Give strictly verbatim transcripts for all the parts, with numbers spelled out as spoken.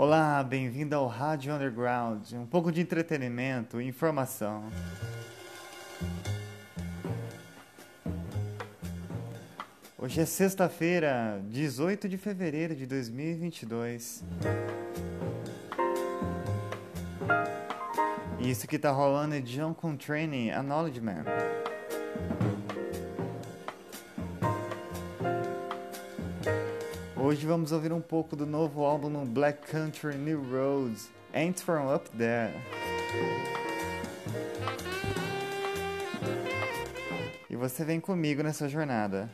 Olá, bem-vindo ao Rádio Underground, um pouco de entretenimento e informação. Hoje é sexta-feira, dezoito de fevereiro de dois mil e vinte e dois. E isso que tá rolando é John Coltrane, Acknowledgement. Hoje vamos ouvir um pouco do novo álbum no Black Country New Roads, Ain't From Up There. E você vem comigo nessa jornada.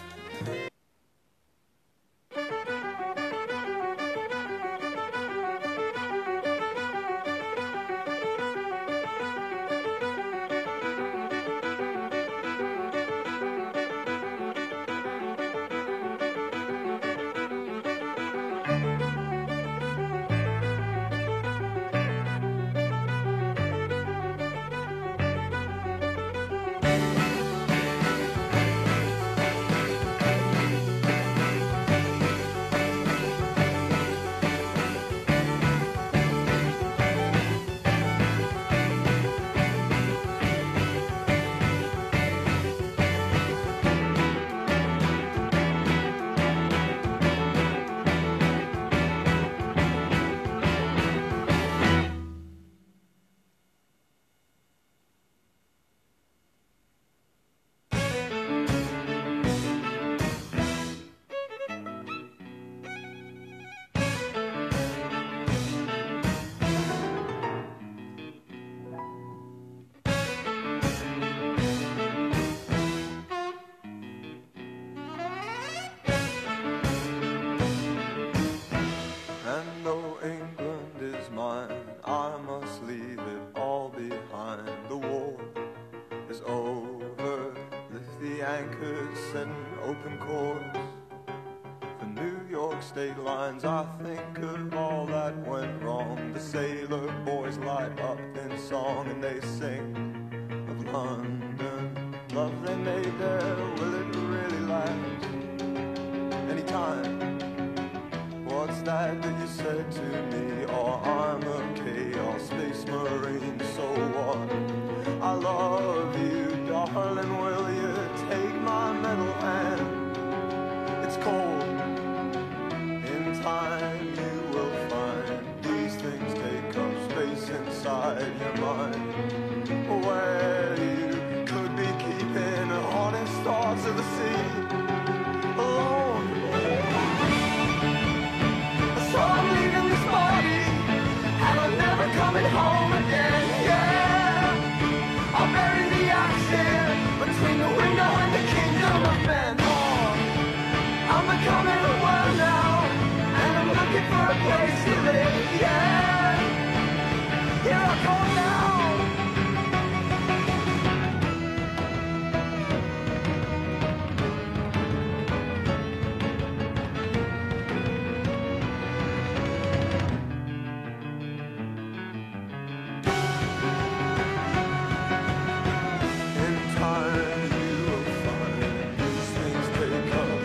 State lines, I think of all that went wrong. The sailor boys light up in song and they sing of London. Love they made there, will it really last? Anytime. What's that that you said to me? Oh, I'm a Chaos Space Marine, so what? I love you, darling, will you take my metal hand? It's cold. Time you will find these things take up space inside your mind, where you could be keeping honest thoughts of the sea alone. So I'm leaving this body and I'm never coming home again. Yeah, I'll bury the action between the window and the kingdom of men. Oh, I'm becoming a world now, looking for a place to live, yeah. Here I come now. In time you will find these things take up.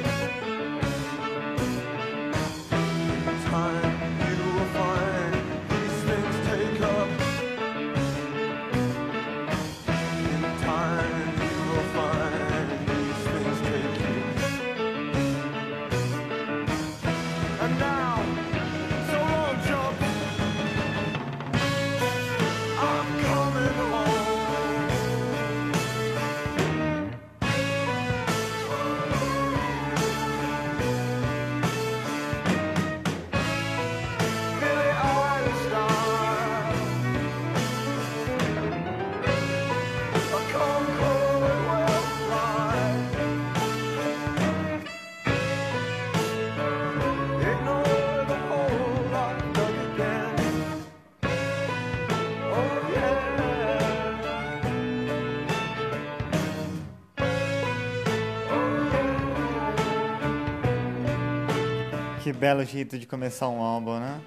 Que belo jeito de começar um álbum, né?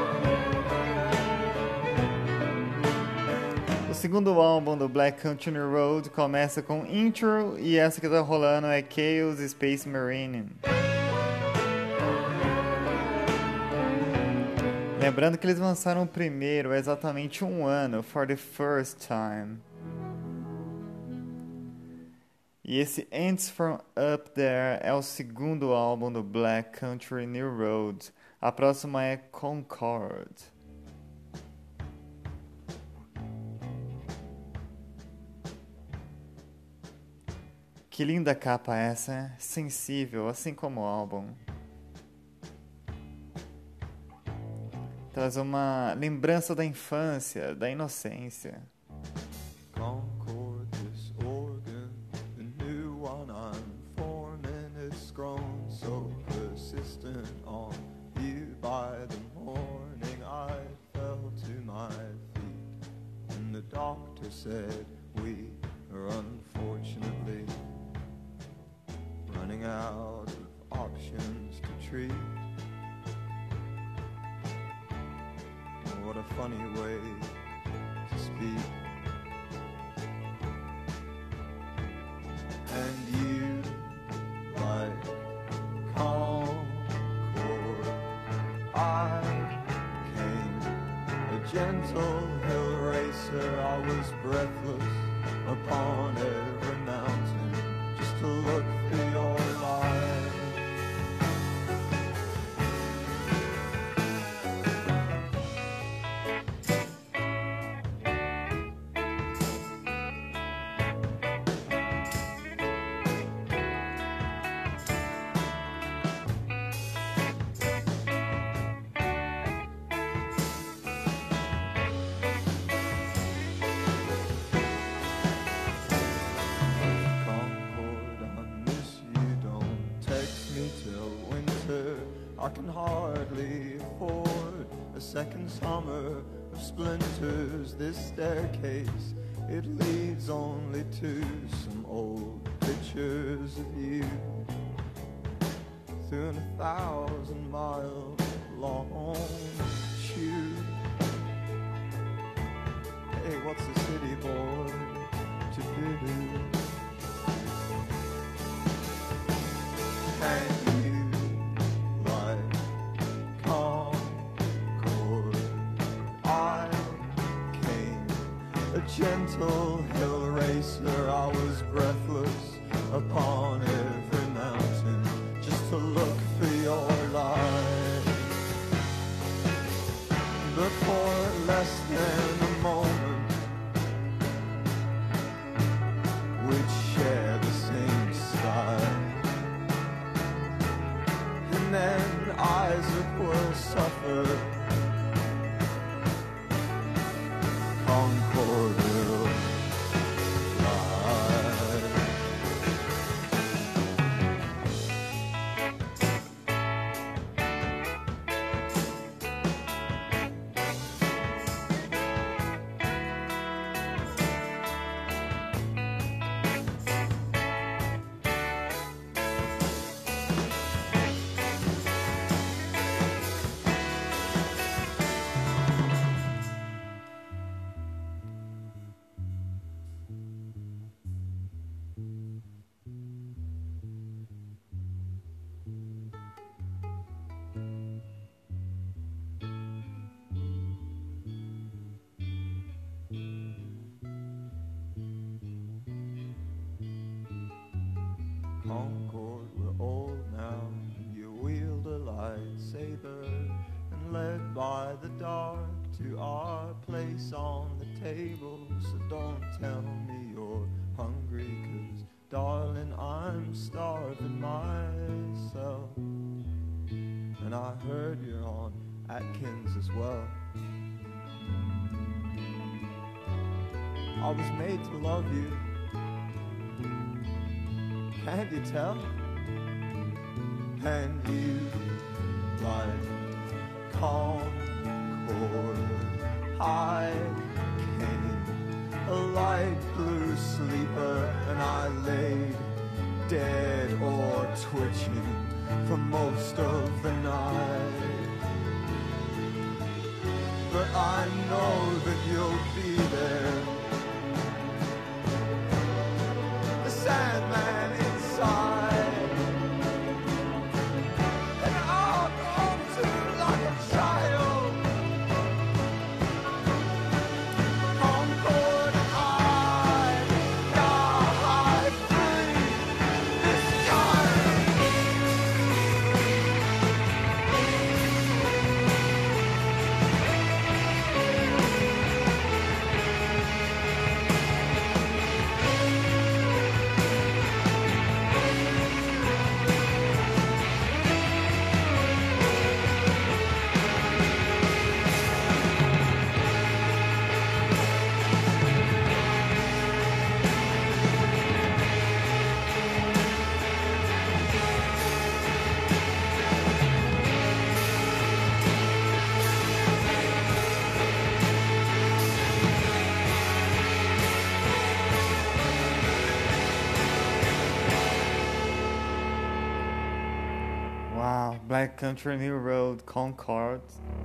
O segundo álbum do Black Country New Road começa com Intro e essa que tá rolando é Chaos Space Marine. Lembrando que eles lançaram o primeiro há exatamente um ano, For the First Time. E esse Ants From Up There é o segundo álbum do Black Country New Road. A próxima é Concord. Que linda capa essa, hein? Sensível, assim como o álbum. Traz uma lembrança da infância, da inocência. Concord, this organ, the new one I'm forming, it's grown so persistent on you. By the morning I fell to my feet, and the doctor said we are unfortunately running out of options to treat. What a funny way to speak. And you, like Concord, I came, a gentle hill racer. I was breathless upon every mountain, just to look for your light. I can hardly afford a second summer of splinters. This staircase, it leads only to some old pictures of you through a thousand miles long tube. Hey, what's the city boy to do? And gentle hill racer, I was breathless upon every mountain, just to look for your light. But for less than a moment, we'd share the same sky, and then Isaac will suffer. Concord will Concord, we're old now. You wield a lightsaber and led by the dark to our place on the table. So don't tell me you're hungry, 'cause darling, I'm starving myself. And I heard you're on Atkins as well. I was made to love you. Can't you tell? And you, like Concord, I came, a light blue sleeper, and I laid dead or twitching for most of the night. But I know that you'll be there, the Sandman inside, and I'll come to like a child. Black Country New Road, Concord.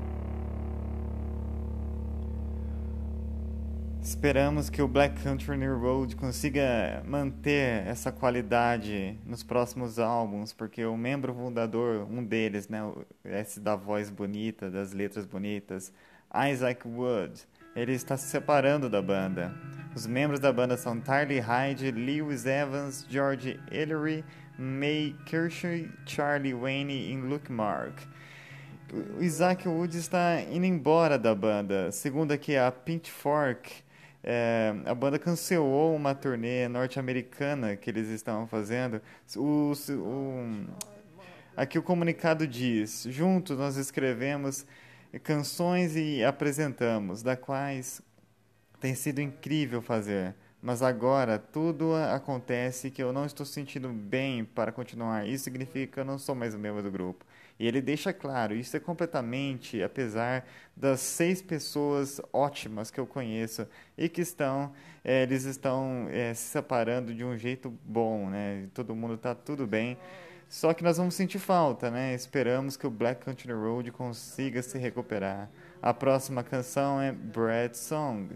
Esperamos que o Black Country New Road consiga manter essa qualidade nos próximos álbuns, porque o membro fundador, um deles, né, esse da voz bonita, das letras bonitas, Isaac Wood, ele está se separando da banda. Os membros da banda são Tyler Hyde, Lewis Evans, George Ellery, May Kirschy, Charlie Wayne e Luke Mark. O Isaac Wood está indo embora da banda. Segundo aqui a Pitchfork, é, a banda cancelou uma turnê norte-americana que eles estavam fazendo. O, o, aqui o comunicado diz: juntos nós escrevemos canções e apresentamos, da quais tem sido incrível fazer. Mas agora tudo acontece que eu não estou sentindo bem para continuar. Isso significa que eu não sou mais um membro do grupo. E ele deixa claro, isso é completamente, apesar das seis pessoas ótimas que eu conheço e que estão, é, eles estão é, se separando de um jeito bom, né? Todo mundo está tudo bem. Só que nós vamos sentir falta, né? Esperamos que o Black Country Road consiga se recuperar. A próxima canção é Bread Song.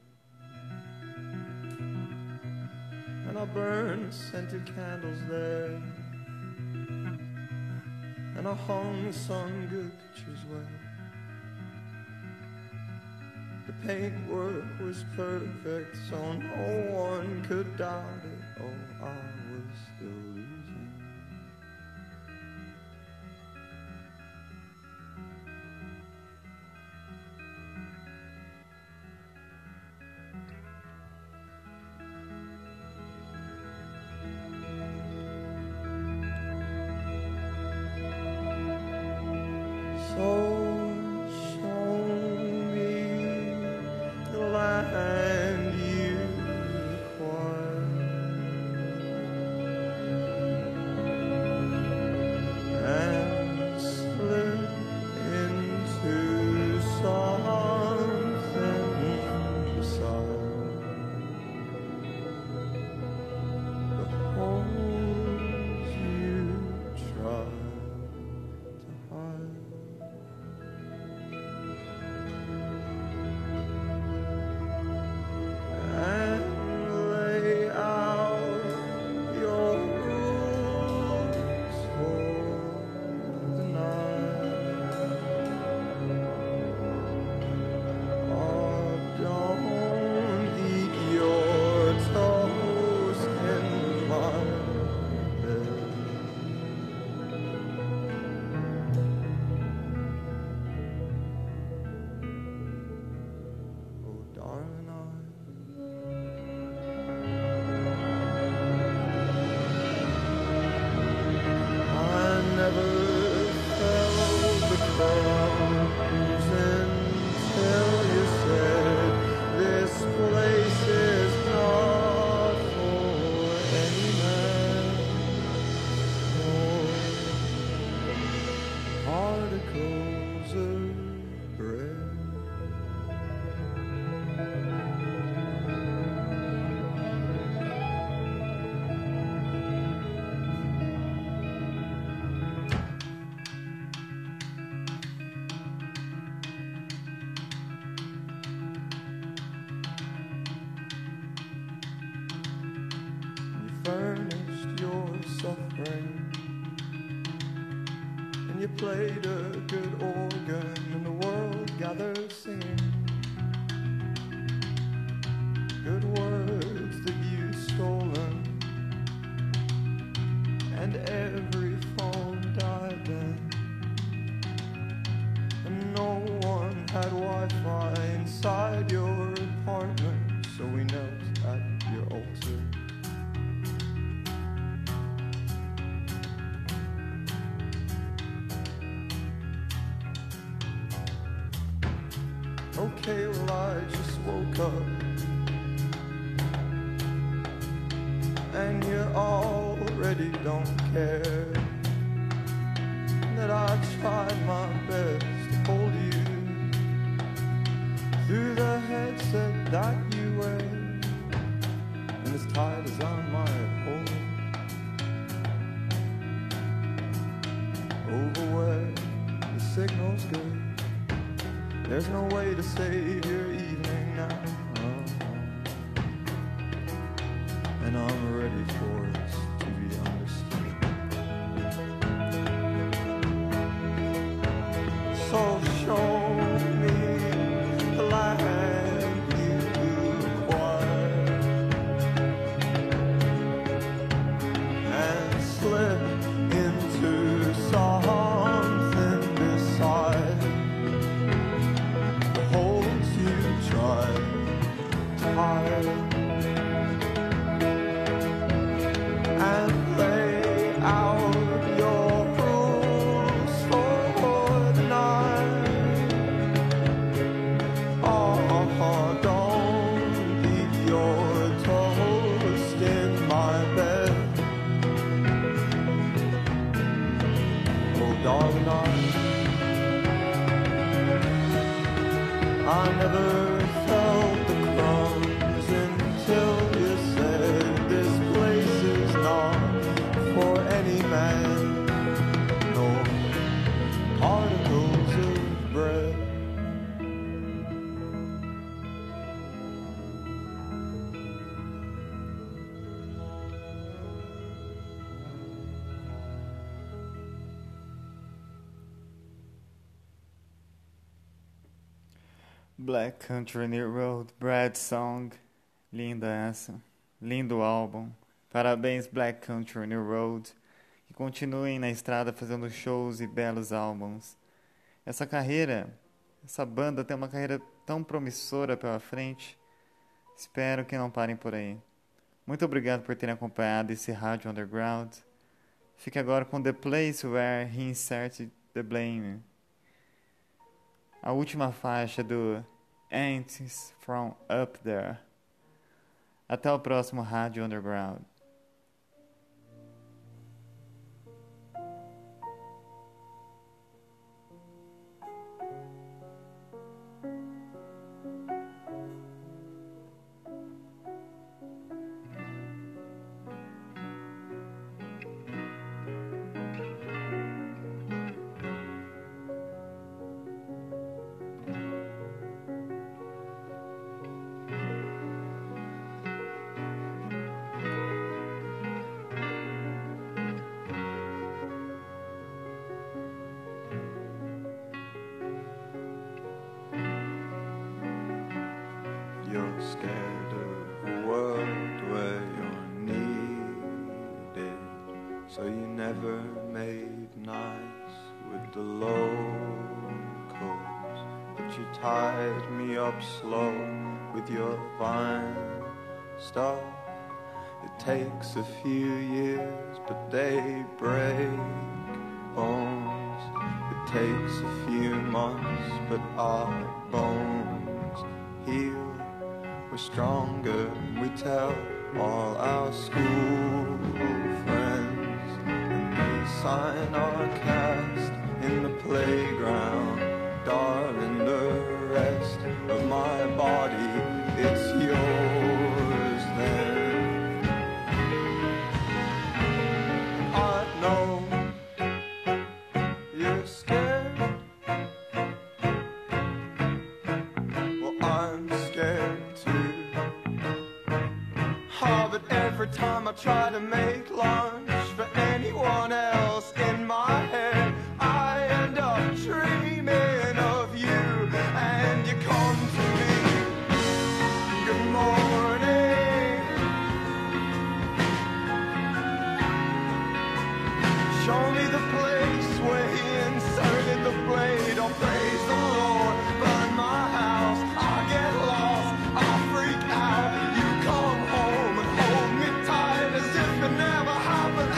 And I burned scented candles there, and I hung some good pictures where the paintwork was perfect, so no one could doubt it. Oh, I was still losing. So show me the land you require, and slip into something beside the holes you try to hide. And lay out your rules for the night. Oh, don't eat your toast in my bed. Oh, darling, I I never felt the crumbs until you said this place is not for any man, or particles of bread. You furnished your suffering, and you played a good organ, and the world gathered singing good words that you stolen, and every phone died then, and no one had Wi-Fi inside your apartment, so we knelt at your altar. Okay, well I just woke up, and you already don't care that I tried my best to hold you through the headset that you wear, and as tight as I might hold it, overwhelmed. There's no way to save your evening now, and I'm ready for it to be understood. So show me the land you acquired and slip into something beside the holes you tried to hide. And lay out your rules for the night. Oh, don't leave your toast in my bed. Oh, darling, I, I never felt the crumbs until you said this place is not for any man, no particles of bread. Black Country New Road, Brad Song. Linda essa. Lindo álbum. Parabéns, Black Country New Road. E continuem na estrada fazendo shows e belos álbuns. Essa carreira, essa banda tem uma carreira tão promissora pela frente. Espero que não parem por aí. Muito obrigado por terem acompanhado esse Rádio Underground. Fique agora com The Place Where He Inserted the Blame. A última faixa do Ants From Up There. Até o próximo Rádio Underground. You're scared of a world where you're needed, so you never made nice with the locals. But you tied me up slow with your vine stuff. It takes a few years, but they break bones. It takes a few months, but our bones heal. We're stronger, we tell all our school friends, and they sign our cast in the playground. Darling, the rest of my body, it's yours then. I know you're scared. Well, I'm scared too. Oh, but every time I try to make lunch for anyone else in my head, I end up dreaming of you, and you come to me. Good morning. Show me the place where he inserted the blade. Oh, praise the Lord, burn my house. I get lost, I freak out. You come home and hold me tight as if it never happened.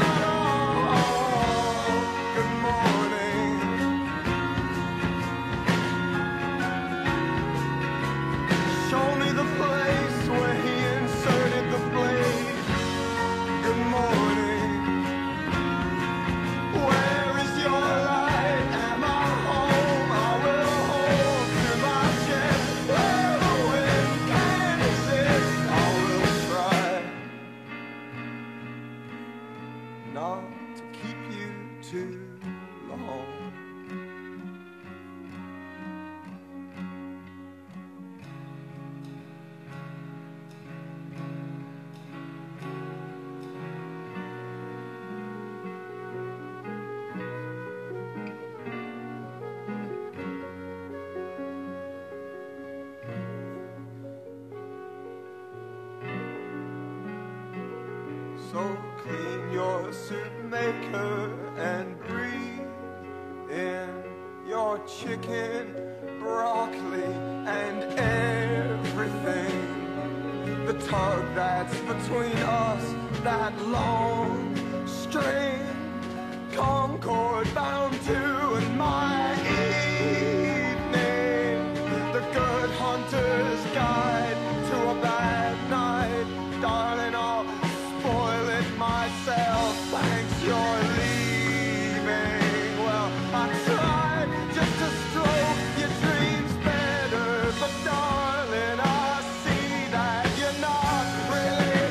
So clean your soup maker and breathe in your chicken, broccoli, and everything. The tug that's between us, that long string, concord bound to in my evening. The good hunter's guide to a bad night. Darling, I'll spoil it myself. Thanks, you're leaving. Well, I tried just to stroke your dreams better, but darling, I see that you're not really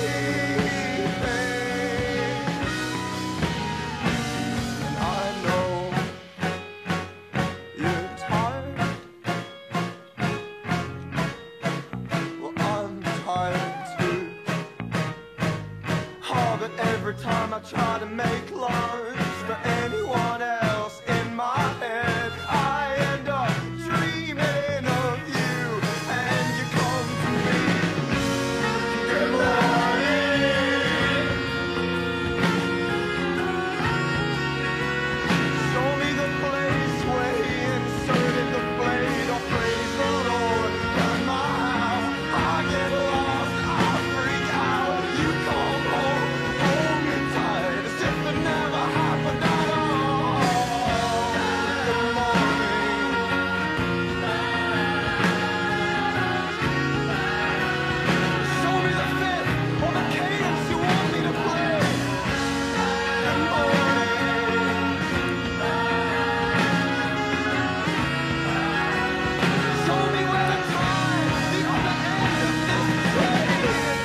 sleeping. And I know you're tired. Well, I'm tired too. Oh, but every time I try to make lunch for anyone else in my head, I end up dreaming of you, and you come to me. Good morning. Show me the place where he inserted the blade. Oh, praise the Lord, burn my house. I get lost, I freak out. You come home, hold me tight, as if it never happened at all. Good morning. Show me the fifth or the cadence you want me to play. Good morning. Show me where to tie the other end of this train.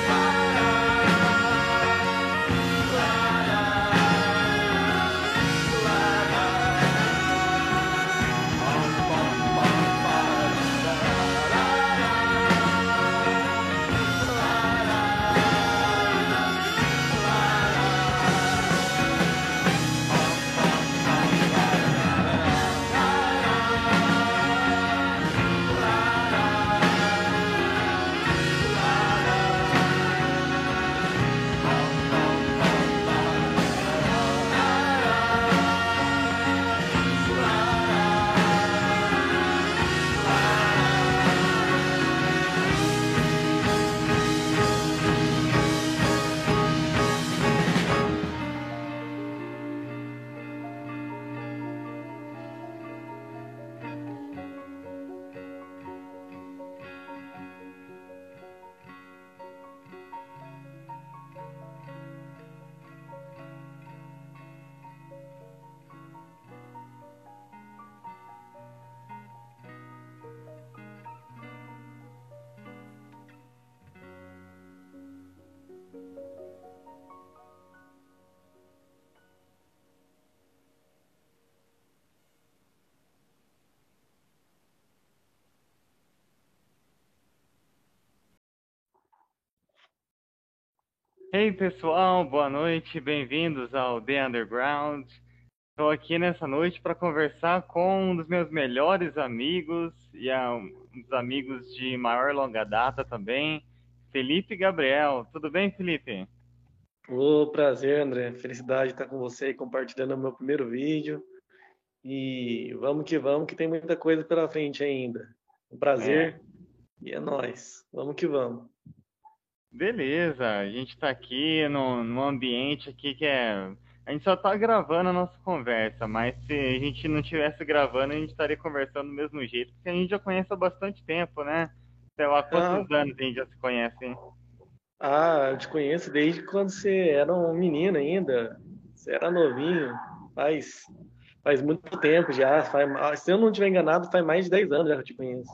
Hey pessoal, boa noite, bem-vindos ao The Underground. Estou aqui nessa noite para conversar com um dos meus melhores amigos e ah, um dos amigos de maior longa data também, Felipe Gabriel. Tudo bem, Felipe? Ô, prazer, André. Felicidade de estar com você e compartilhando o meu primeiro vídeo. E vamos que vamos, que tem muita coisa pela frente ainda. Um prazer. E é nóis. Vamos que vamos. Beleza, a gente está aqui no, num ambiente aqui que é... A gente só está gravando a nossa conversa, mas se a gente não estivesse gravando, a gente estaria conversando do mesmo jeito, porque a gente já conhece há bastante tempo, né? Sei lá, quantos Ah. anos a gente já se conhece, hein? Ah, eu te conheço desde quando você era um menino ainda. Você era novinho. Faz, faz muito tempo já. Faz, se eu não estiver enganado, faz mais de dez anos já que eu te conheço.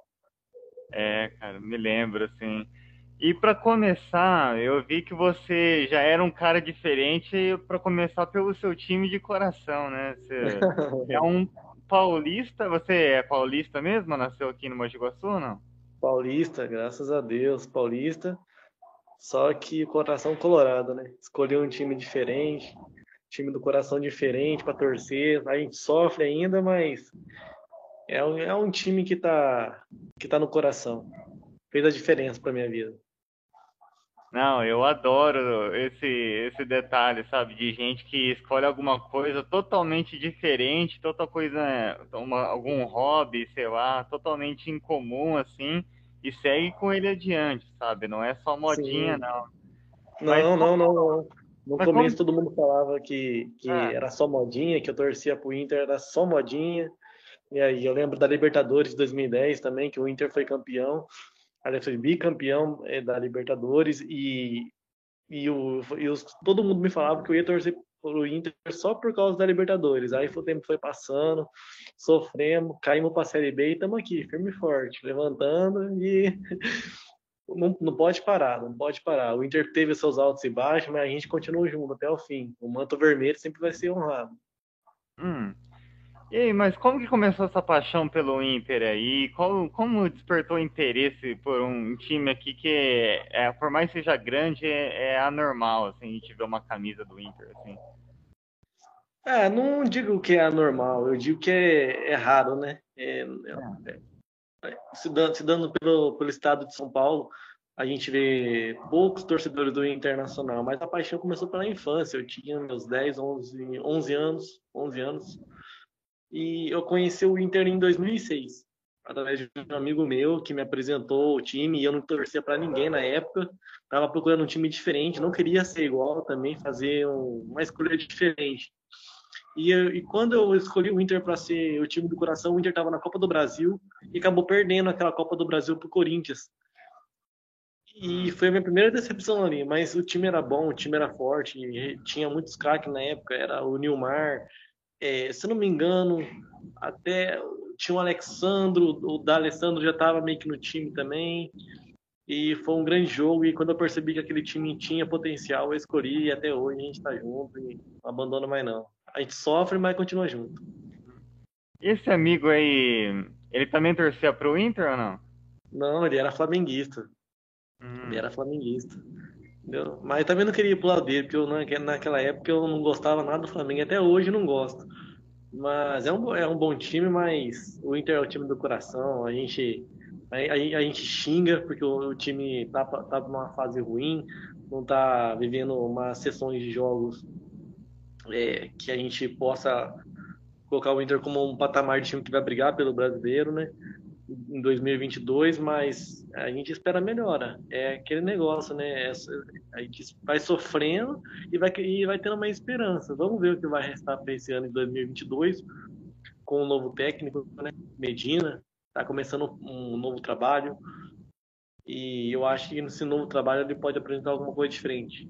É, cara, me lembro, assim. E para começar, eu vi que você já era um cara diferente para começar pelo seu time de coração, né? Você é um paulista, você é paulista mesmo? Nasceu aqui no Mogi de Guaçu ou não? Paulista, graças a Deus, paulista. Só que coração colorado, né? Escolher um time diferente, time do coração diferente para torcer. A gente sofre ainda, mas é um, é um time que tá, que tá no coração. Fez a diferença para minha vida. Não, eu adoro esse, esse detalhe, sabe, de gente que escolhe alguma coisa totalmente diferente, toda coisa, uma, algum hobby, sei lá, totalmente incomum, assim, e segue com ele adiante, sabe? Não é só modinha, Sim. não. Mas Não, não, como, não, não. No mas como, começo todo mundo falava que, que ah, era só modinha, que eu torcia pro Inter, era só modinha. E aí eu lembro da Libertadores de dois mil e dez também, que o Inter foi campeão. Aliás, foi bicampeão eh, da Libertadores e, e, o, e os, todo mundo me falava que eu ia torcer pro Inter só por causa da Libertadores. Aí o tempo foi passando, sofremos, caímos pra Série B e estamos aqui, firme e forte, levantando e não, não pode parar, não pode parar. O Inter teve seus altos e baixos, mas a gente continua junto até o fim. O manto vermelho sempre vai ser honrado. hum. E aí, mas como que começou essa paixão pelo Inter aí? Como, como despertou interesse por um time aqui que, é, é, por mais que seja grande, é, é anormal, assim, a gente ver uma camisa do Inter, assim. É, não digo que é anormal, eu digo que é, é raro, né? É, é, se dando, se dando pelo, pelo estado de São Paulo, a gente vê poucos torcedores do Internacional, mas a paixão começou pela infância. Eu tinha meus dez, onze, onze anos, onze anos, e eu conheci o Inter em dois mil e seis, através de um amigo meu que me apresentou o time, e eu não torcia para ninguém na época. Estava procurando um time diferente, não queria ser igual também, fazer um, uma escolha diferente. E, e quando eu escolhi o Inter para ser o time do coração, o Inter estava na Copa do Brasil e acabou perdendo aquela Copa do Brasil para o Corinthians. E Hum. foi a minha primeira decepção ali, mas o time era bom, o time era forte, tinha muitos craques na época, era o Nilmar, é, se não me engano, até tinha o Alexandro, o D'Alessandro já estava meio que no time também, e foi um grande jogo, e quando eu percebi que aquele time tinha potencial, eu escolhi, e até hoje a gente está junto, e não abandona mais não. A gente sofre, mas continua junto. Esse amigo aí, ele também torcia pro Inter ou não? Não, ele era flamenguista, ele Hum. era flamenguista. Entendeu? Mas também não queria ir pro lado dele, porque eu, naquela época eu não gostava nada do Flamengo, até hoje eu não gosto. Mas é um, é um bom time, mas o Inter é o time do coração. A gente, a, a, a gente xinga porque o, o time tá, tá numa fase ruim, não tá vivendo umas sessões de jogos é, que a gente possa colocar o Inter como um patamar de time que vai brigar pelo brasileiro, né? Em dois mil e vinte e dois, mas a gente espera melhora. É aquele negócio, né? Essa- a gente vai sofrendo e vai, e vai tendo uma esperança. Vamos ver o que vai restar para esse ano de dois mil e vinte e dois, com o novo técnico, né? Medina, está começando um novo trabalho e eu acho que nesse novo trabalho ele pode apresentar alguma coisa diferente.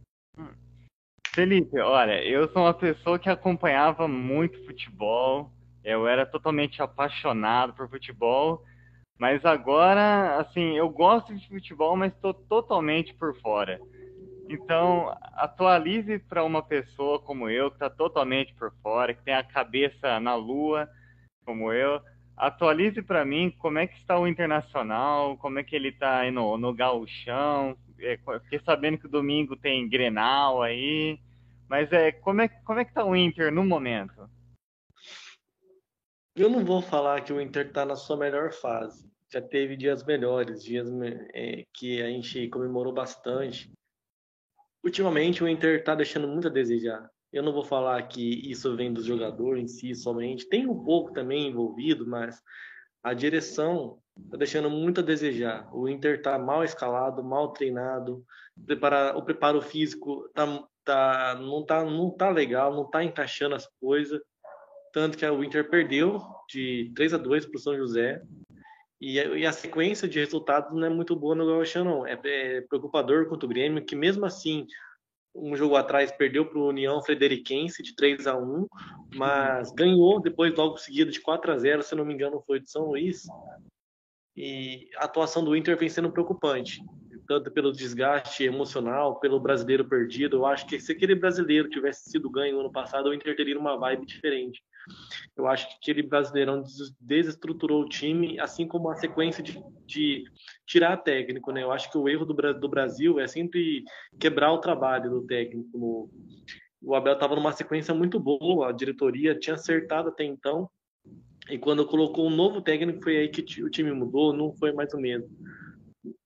Felipe, olha, eu sou uma pessoa que acompanhava muito futebol, eu era totalmente apaixonado por futebol, mas agora, assim, eu gosto de futebol, mas estou totalmente por fora. Então, atualize para uma pessoa como eu, que está totalmente por fora, que tem a cabeça na lua, como eu. Atualize para mim como é que está o Internacional, como é que ele está aí no, no Gauchão. É, fiquei sabendo que o domingo tem Grenal aí, mas é como é, como é que está o Inter no momento? Eu não vou falar que o Inter está na sua melhor fase. Já teve dias melhores, dias é, que a gente comemorou bastante. Ultimamente o Inter está deixando muito a desejar. Eu não vou falar que isso vem do jogador em si somente, tem um pouco também envolvido, mas a direção está deixando muito a desejar. O Inter está mal escalado, mal treinado, prepara, o preparo físico tá, tá, não está não tá legal, não está encaixando as coisas. Tanto que o Inter perdeu de três a dois para o São José. E, e a sequência de resultados não é muito boa no Gauchão, não. É, é preocupador contra o Grêmio, que mesmo assim um jogo atrás perdeu para o União Frederiquense de três a um, mas ganhou depois logo seguido de quatro a zero, se não me engano foi de São Luís. E a atuação do Inter vem sendo preocupante, tanto pelo desgaste emocional, pelo brasileiro perdido. Eu acho que se aquele brasileiro tivesse sido ganho ano passado, o Inter teria uma vibe diferente. Eu acho que aquele brasileirão desestruturou o time, assim como a sequência de, de tirar técnico, né? Eu acho que o erro do, do Brasil é sempre quebrar o trabalho do técnico. No, o Abel estava numa sequência muito boa, a diretoria tinha acertado até então, e quando colocou um novo técnico foi aí que o time mudou, não foi mais o mesmo.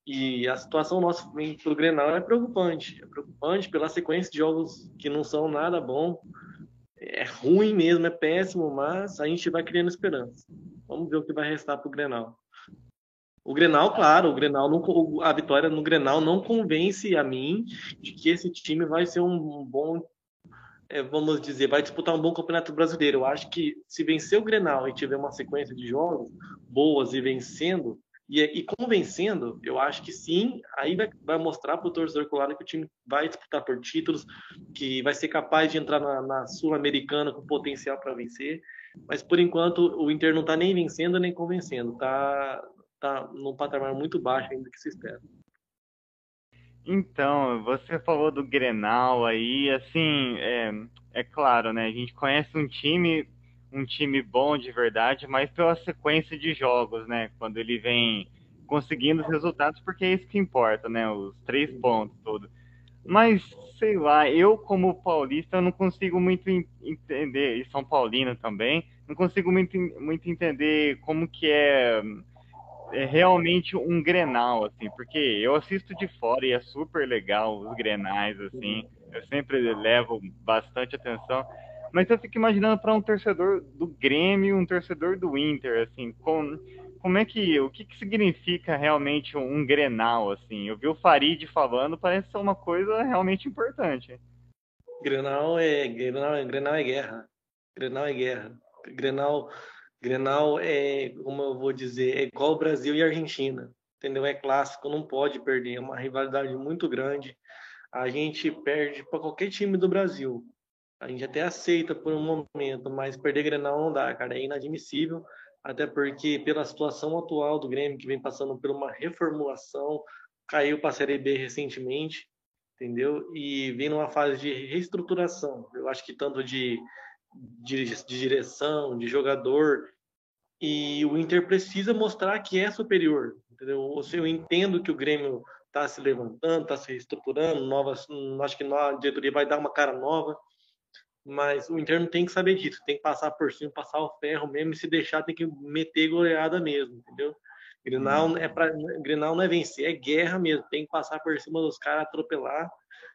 E a situação nossa pro Grenal é preocupante. É preocupante pela sequência de jogos que não são nada bom. É ruim mesmo, é péssimo, mas a gente vai criando esperança. Vamos ver o que vai restar pro Grenal. O Grenal, claro, o Grenal não, a vitória no Grenal não convence a mim de que esse time vai ser um bom, é, vamos dizer, vai disputar um bom campeonato brasileiro. Eu acho que se vencer o Grenal e tiver uma sequência de jogos boas e vencendo, e, e convencendo, eu acho que sim, aí vai, vai mostrar para o torcedor colorado que o time vai disputar por títulos, que vai ser capaz de entrar na, na Sul-Americana com potencial para vencer. Mas por enquanto o Inter não está nem vencendo nem convencendo, está tá num patamar muito baixo ainda que se espera. Então, você falou do Grenal aí, assim, é, é claro, né? A gente conhece um time, um time bom de verdade, mas pela sequência de jogos, né? Quando ele vem conseguindo os resultados, porque é isso que importa, né? Os três pontos todos. Mas, sei lá, eu como paulista não consigo muito en- entender, e São Paulino também, não consigo muito, en- muito entender como que é é realmente um Grenal, assim, porque eu assisto de fora e é super legal os Grenais, assim, eu sempre levo bastante atenção, mas eu fico imaginando para um torcedor do Grêmio, um torcedor do Inter, assim, com, como é que, o que que significa realmente um Grenal, assim? Eu vi o Farid falando, parece ser uma coisa realmente importante. Grenal é, Grenal é, Grenal é guerra. Grenal é guerra. Grenal, Grenal é, como eu vou dizer, é igual Brasil e Argentina. Entendeu? É clássico, não pode perder. É uma rivalidade muito grande. A gente perde para qualquer time do Brasil. A gente até aceita por um momento, mas perder Grenal não dá, cara. É inadmissível. Até porque, pela situação atual do Grêmio, que vem passando por uma reformulação, caiu para a Série B recentemente, entendeu? E vem numa fase de reestruturação. Eu acho que tanto de, de, de direção, de jogador, e o Inter precisa mostrar que é superior, entendeu? Ou seja, eu entendo que o Grêmio está se levantando, está se reestruturando, novas, acho que a diretoria vai dar uma cara nova, mas o Inter não tem que saber disso, tem que passar por cima, passar o ferro mesmo, e se deixar tem que meter goleada mesmo, entendeu? Grenal é para Grenal não é vencer, é guerra mesmo, tem que passar por cima dos caras, atropelar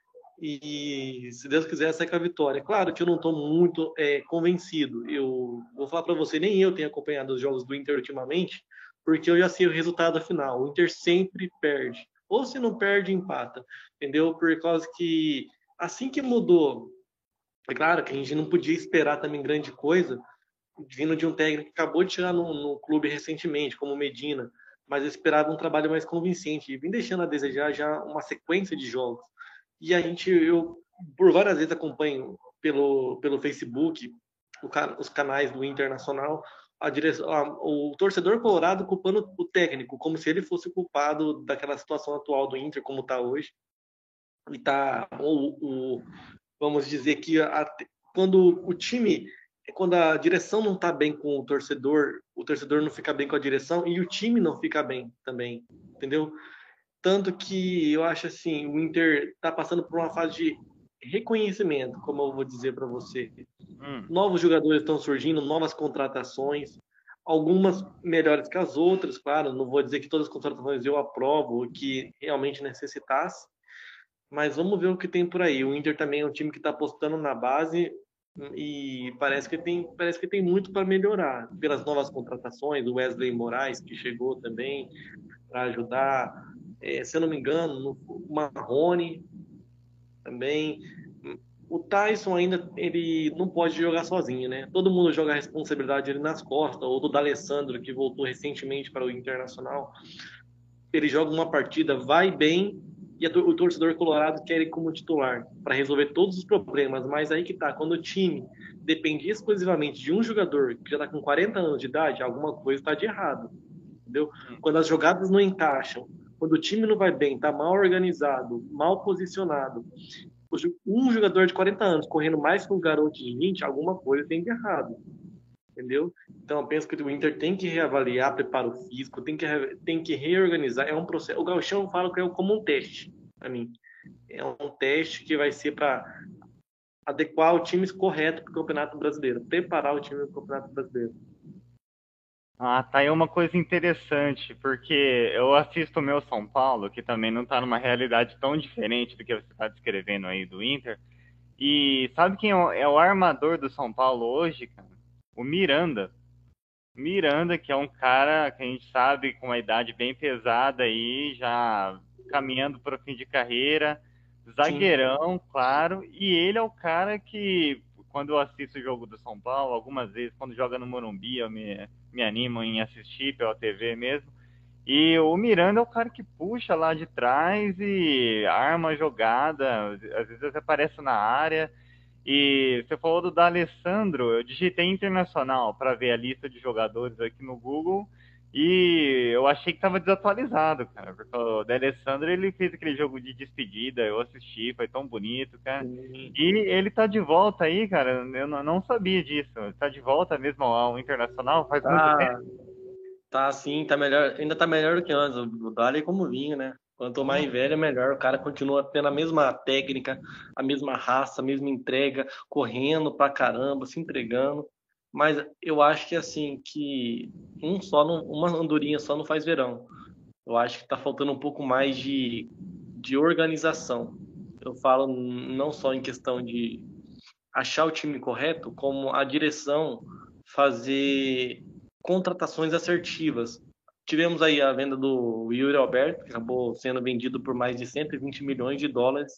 e, se Deus quiser, sair com a vitória. Claro que eu não estou muito é, convencido. Eu vou falar para você, nem eu tenho acompanhado os jogos do Inter ultimamente, porque eu já sei o resultado final. O Inter sempre perde. Ou se não perde, empata. Entendeu? Por causa que assim que mudou, é claro que a gente não podia esperar também grande coisa, vindo de um técnico que acabou de chegar no, no clube recentemente, como o Medina, mas eu esperava um trabalho mais convincente. E vim deixando a desejar já uma sequência de jogos. E a gente, eu por várias vezes acompanho pelo, pelo Facebook o, os canais do Internacional, a direção, a, o torcedor colorado culpando o técnico, como se ele fosse o culpado daquela situação atual do Inter, como está hoje. E tá, o, o, vamos dizer que a, quando o time, quando a direção não está bem com o torcedor, o torcedor não fica bem com a direção e o time não fica bem também, entendeu? Tanto que eu acho assim, o Inter está passando por uma fase de reconhecimento, como eu vou dizer para você. Hum. Novos jogadores estão surgindo, novas contratações, algumas melhores que as outras, claro, não vou dizer que todas as contratações eu aprovo, que realmente necessitasse, mas vamos ver o que tem por aí. O Inter também é um time que está apostando na base e parece que tem, parece que tem muito para melhorar. Pelas novas contratações, o Wesley Moraes, que chegou também para ajudar. É, se eu não me engano, o Marrone também. O Tyson ainda ele não pode jogar sozinho, né? Todo mundo joga a responsabilidade dele nas costas, ou do D'Alessandro, que voltou recentemente para o Internacional. Ele joga uma partida, vai bem, e o torcedor colorado quer ele como titular para resolver todos os problemas. Mas aí que tá, quando o time depende exclusivamente de um jogador que já está com quarenta anos de idade, alguma coisa está de errado, entendeu? Quando as jogadas não encaixam, quando o time não vai bem, está mal organizado, mal posicionado, um jogador de quarenta anos correndo mais que um garoto de vinte, alguma coisa tem de errado. Entendeu? Então eu penso que o Inter tem que reavaliar preparo físico, tem que, tem que reorganizar. É um processo. O Gauchão fala que é como um teste, para mim. É um teste que vai ser para adequar o time correto para o Campeonato Brasileiro, preparar o time para o Campeonato Brasileiro. Ah, tá aí uma coisa interessante, porque eu assisto o meu São Paulo, que também não tá numa realidade tão diferente do que você está descrevendo aí do Inter. E sabe quem é o, é o armador do São Paulo hoje, cara? O Miranda. Miranda, que é um cara que a gente sabe com uma idade bem pesada aí, já caminhando para o fim de carreira, Sim. zagueirão, claro, e ele é o cara que, quando eu assisto o jogo do São Paulo, algumas vezes, quando joga no Morumbi, eu me, me animo em assistir pela T V mesmo, e o Miranda é o cara que puxa lá de trás e arma a jogada, às vezes até aparece na área, e você falou do D'Alessandro, eu digitei internacional para ver a lista de jogadores aqui no Google e eu achei que estava desatualizado, cara, porque o D'Alessandro ele fez aquele jogo de despedida, eu assisti, foi tão bonito, cara. Sim. E ele tá de volta aí, cara, eu não não sabia disso. Tá de volta mesmo ao Internacional faz muito tempo. Tá, tá assim, tá melhor, ainda tá melhor do que antes. O Dali é como vinho, né? Quanto mais velho, melhor. O cara continua tendo a mesma técnica, a mesma raça, a mesma entrega, correndo pra caramba, se entregando. Mas eu acho que assim, que um só não, uma andorinha só não faz verão. Eu acho que tá faltando um pouco mais de, de organização. Eu falo não só em questão de achar o time correto, como a direção fazer contratações assertivas. Tivemos aí a venda do Yuri Alberto, que acabou sendo vendido por mais de cento e vinte milhões de dólares.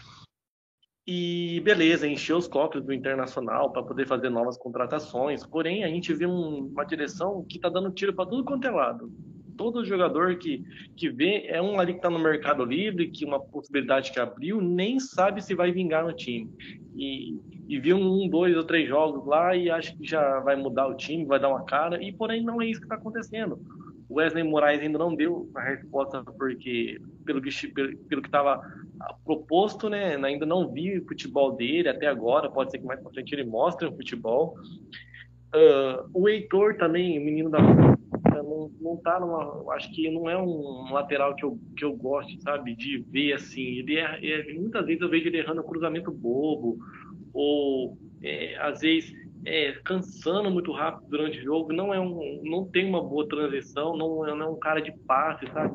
E beleza, encheu os cofres do Internacional para poder fazer novas contratações. Porém, a gente vê um, uma direção que está dando tiro para tudo quanto é lado. Todo jogador que, que vê é um ali que está no Mercado Livre, que uma possibilidade que abriu, nem sabe se vai vingar no time. E, e viu um, dois ou três jogos lá e acha que já vai mudar o time, vai dar uma cara, e porém não é isso que está acontecendo. O Wesley Moraes ainda não deu a resposta, porque pelo que pelo, pelo que estava proposto, né? Ainda não vi o futebol dele até agora. Pode ser que mais pra frente ele mostre o futebol. Uh, o Heitor também, o menino da não, não tá numa. Acho que não é um lateral que eu, que eu gosto, sabe? De ver assim. Ele é, é muitas vezes eu vejo ele errando um cruzamento bobo, ou é, às vezes é, cansando muito rápido durante o jogo. Não é um, não tem uma boa transição, não é, não é um cara de passe, sabe?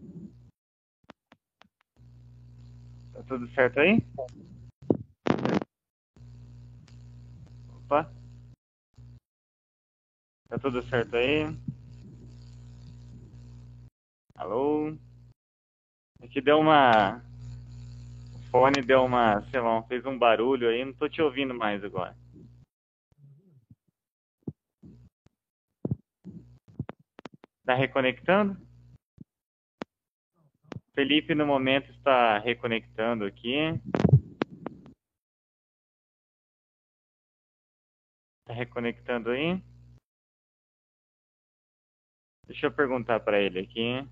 Tá tudo certo aí? Opa, tá tudo certo aí? Alô? Aqui deu uma. O fone deu uma, sei lá, fez um barulho aí, não tô te ouvindo mais agora. Tá reconectando? Felipe no momento está reconectando aqui. Tá reconectando aí? Deixa eu perguntar para ele aqui.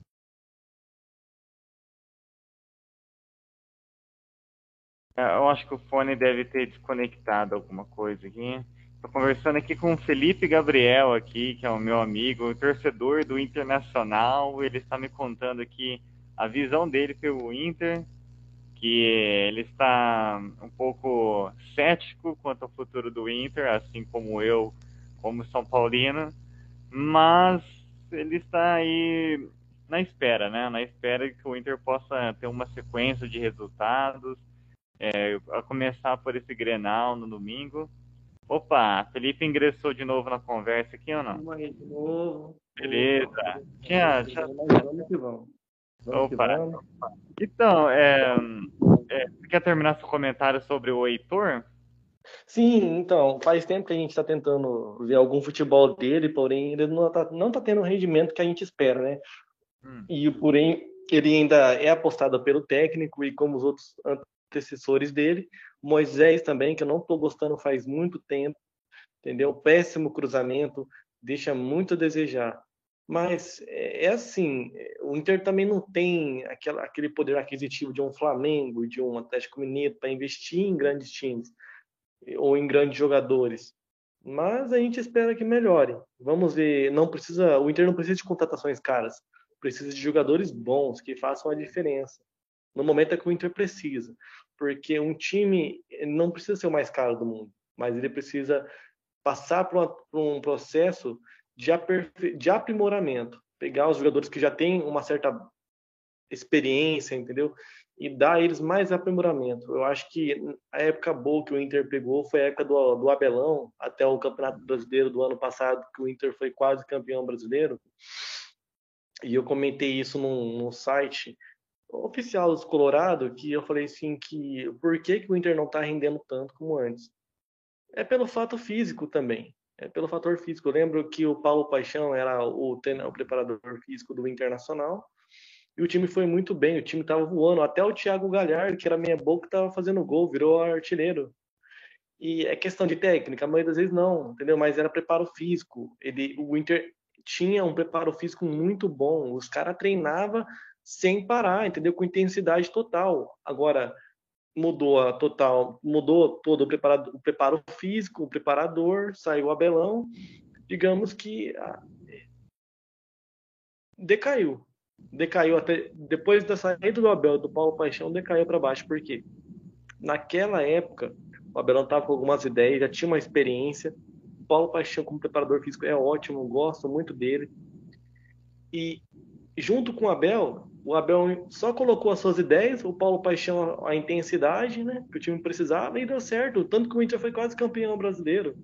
Eu acho que o fone deve ter desconectado alguma coisa aqui. Estou conversando aqui com o Felipe Gabriel aqui, que é o meu amigo, torcedor do Internacional. Ele está me contando aqui a visão dele pelo Inter, que ele está um pouco cético quanto ao futuro do Inter, assim como eu, como São Paulino, mas ele está aí na espera, né? Na espera que o Inter possa ter uma sequência de resultados, é, a começar por esse Grenal no domingo. Opa, Felipe ingressou de novo na conversa aqui ou não? Vamos aí de novo. Beleza. Tinha, tinha... Vamos que vamos. Vamos que Opa. vamos. Então, é, é, você quer terminar seu comentário sobre o Heitor? Sim, então, faz tempo que a gente está tentando ver algum futebol dele, porém ele não está não tá tendo o rendimento que a gente espera, né? Hum. E porém ele ainda é apostado pelo técnico e como os outros antecessores dele, Moisés também, que eu não estou gostando faz muito tempo, entendeu? Péssimo cruzamento, deixa muito a desejar. Mas é, é assim, o Inter também não tem aquela, aquele poder aquisitivo de um Flamengo, de um Atlético Mineiro para investir em grandes times ou em grandes jogadores. Mas a gente espera que melhore. Vamos ver, não precisa, o Inter não precisa de contratações caras, precisa de jogadores bons que façam a diferença. No momento é que o Inter precisa, porque um time não precisa ser o mais caro do mundo, mas ele precisa passar por, uma, por um processo de, aperfei... de aprimoramento. Pegar os jogadores que já têm uma certa experiência, entendeu? E dar a eles mais aprimoramento. Eu acho que a época boa que o Inter pegou foi a época do, do Abelão, até o Campeonato Brasileiro do ano passado, que o Inter foi quase campeão brasileiro. E eu comentei isso num, num site oficial dos Colorado, que eu falei assim que por que, que o Inter não está rendendo tanto como antes? É pelo fato físico também. É pelo fator físico. Eu lembro que o Paulo Paixão era o, o preparador físico do Internacional. E o time foi muito bem, o time estava voando. Até o Thiago Galhardo, que era meia boca, estava fazendo gol, virou artilheiro. E é questão de técnica, a maioria das vezes não, entendeu? Mas era preparo físico. Ele, o Inter tinha um preparo físico muito bom. Os caras treinavam sem parar, entendeu? Com intensidade total. Agora, mudou a total, mudou todo o, preparado, o preparo físico, o preparador, saiu o Abelão. Digamos que ah, decaiu. Decaiu até depois da saída do Abel, do Paulo Paixão, decaiu para baixo. Por quê? Naquela época, o Abelão estava com algumas ideias, já tinha uma experiência. O Paulo Paixão, como preparador físico, é ótimo, gosto muito dele. E junto com o Abel, o Abel só colocou as suas ideias, o Paulo Paixão a intensidade, né, que o time precisava, e deu certo. Tanto que o Inter foi quase campeão brasileiro.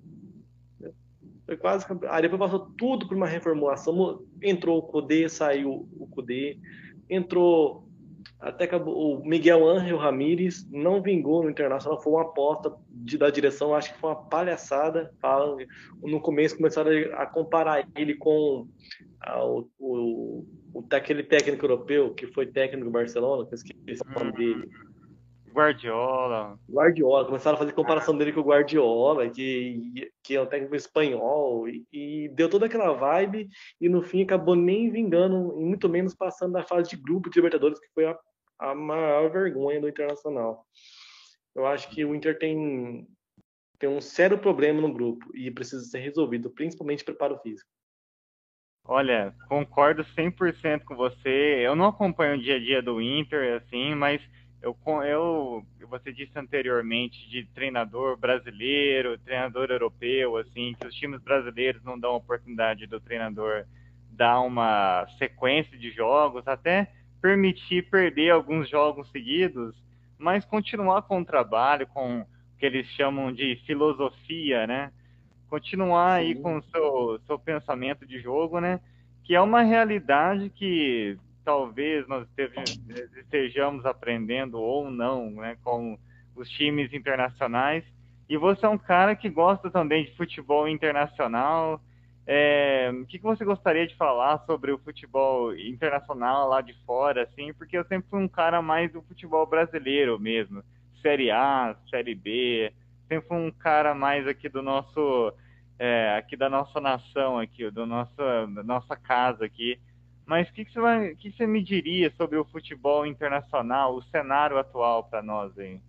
Foi quase campeão. Aí depois passou tudo por uma reformulação. Entrou o Cudê, saiu o Cudê. Entrou até que o Miguel Ángel Ramírez não vingou no Internacional, foi uma aposta de, da direção, acho que foi uma palhaçada. No começo começaram a comparar ele com a, o, o, o, aquele técnico europeu que foi técnico do Barcelona, que eu esqueci o nome dele. Guardiola. Guardiola, começaram a fazer comparação dele com o Guardiola, que, que é um técnico espanhol, e, e deu toda aquela vibe, e no fim acabou nem vingando, e muito menos passando da fase de grupo de Libertadores, que foi a, a maior vergonha do Internacional. Eu acho que o Inter tem, tem um sério problema no grupo, e precisa ser resolvido, principalmente preparo físico. Olha, concordo cem por cento com você. Eu não acompanho o dia a dia do Inter, assim, mas eu, eu, você disse anteriormente de treinador brasileiro, treinador europeu, assim, que os times brasileiros não dão oportunidade do treinador dar uma sequência de jogos, até permitir perder alguns jogos seguidos, mas continuar com o trabalho, com o que eles chamam de filosofia, né? Continuar aí Sim. com o seu, seu pensamento de jogo, né? Que é uma realidade que talvez nós estejamos aprendendo ou não, né? Com os times internacionais. E você é um cara que gosta também de futebol internacional. É, o que você gostaria de falar sobre o futebol internacional lá de fora, assim? Porque eu sempre fui um cara mais do futebol brasileiro mesmo. Série A, Série B. Sempre fui um cara mais aqui do nosso... É, aqui da nossa nação, aqui, do nosso, da nossa casa aqui. Mas o que, que, você vai, que, que você me diria sobre o futebol internacional, o cenário atual para nós aí?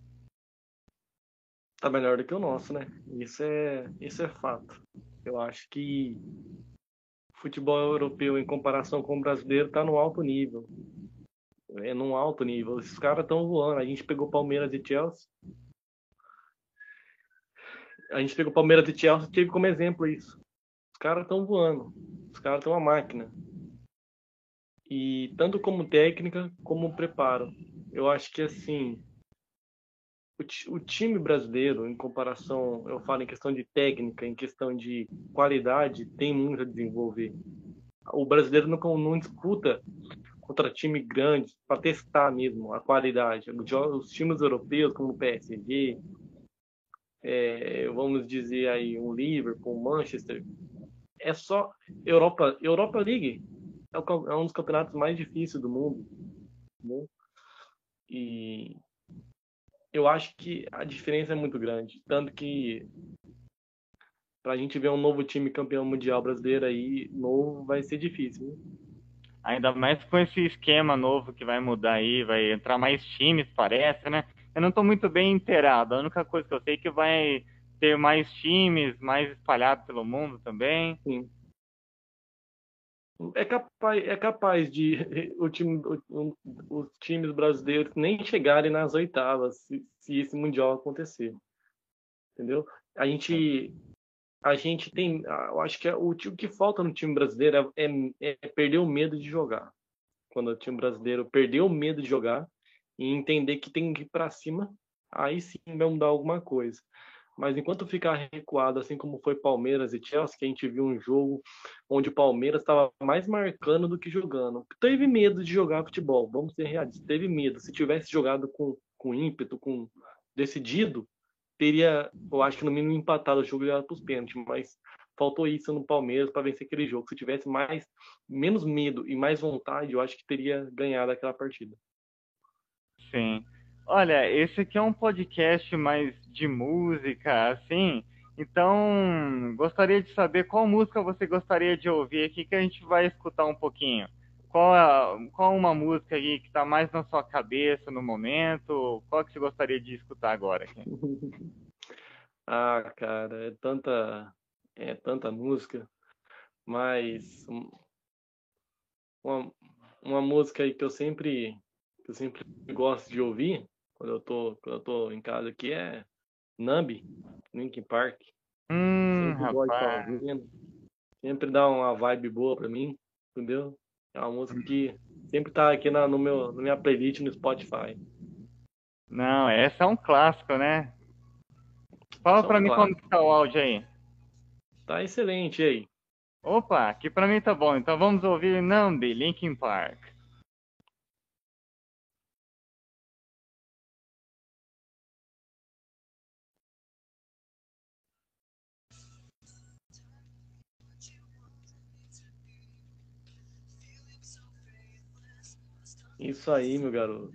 Tá melhor do que o nosso, né? Isso é, isso é fato. Eu acho que o futebol europeu, em comparação com o brasileiro, tá no alto nível. É num alto nível. Esses caras estão voando. A gente pegou Palmeiras e Chelsea. A gente pegou Palmeiras e Chelsea e teve como exemplo isso. Os caras estão voando. Os caras estão uma máquina. E tanto como técnica, como preparo. Eu acho que, assim, o, o time brasileiro, em comparação, eu falo em questão de técnica, em questão de qualidade, tem muito a desenvolver. O brasileiro não, não disputa contra time grande para testar mesmo a qualidade. Os times europeus, como o P S G, é, vamos dizer aí um Liverpool, Manchester, é só Europa, Europa League é, o, é um dos campeonatos mais difíceis do mundo, né? E eu acho que a diferença é muito grande, tanto que para a gente ver um novo time campeão mundial brasileiro aí novo vai ser difícil, né? Ainda mais com esse esquema novo que vai mudar aí, vai entrar mais times, parece, né? Eu não estou muito bem inteirado. A única coisa que eu sei é que vai ter mais times, mais espalhados pelo mundo também. Sim. É capaz, é capaz de o time, o, os times brasileiros nem chegarem nas oitavas se, se esse mundial acontecer, entendeu? A gente a gente tem, ah, eu acho que é, o, o que falta no time brasileiro é, é, é perder o medo de jogar. Quando o time brasileiro perdeu o medo de jogar e entender que tem que ir para cima, aí sim vai mudar alguma coisa. Mas enquanto ficar recuado, assim como foi Palmeiras e Chelsea, que a gente viu um jogo onde o Palmeiras estava mais marcando do que jogando. Teve medo de jogar futebol, vamos ser realistas. Teve medo. Se tivesse jogado com, com ímpeto, com decidido, teria, eu acho que no mínimo empatado o jogo e ia para os pênaltis. Mas faltou isso no Palmeiras para vencer aquele jogo. Se tivesse mais, menos medo e mais vontade, eu acho que teria ganhado aquela partida. Sim. Olha, esse aqui é um podcast mais de música, assim. Então, gostaria de saber qual música você gostaria de ouvir aqui que a gente vai escutar um pouquinho. Qual, é, qual uma música aí que está mais na sua cabeça no momento? Qual que você gostaria de escutar agora aqui? Ah, cara, é tanta, é tanta música, mas uma, uma música aí que eu sempre, que eu sempre gosto de ouvir quando eu tô, quando eu tô em casa aqui é Numb, Linkin Park. Hum, Sempre gosto de estar rapaz. ouvindo, sempre dá uma vibe boa pra mim, entendeu? É uma música que sempre tá aqui na, no meu, na minha playlist no Spotify. Não, essa é um clássico, né? Fala São pra mim como clássicos. que tá o áudio aí. Tá excelente aí. Opa, aqui pra mim tá bom. Então vamos ouvir Numb, Linkin Park. Isso aí, meu garoto.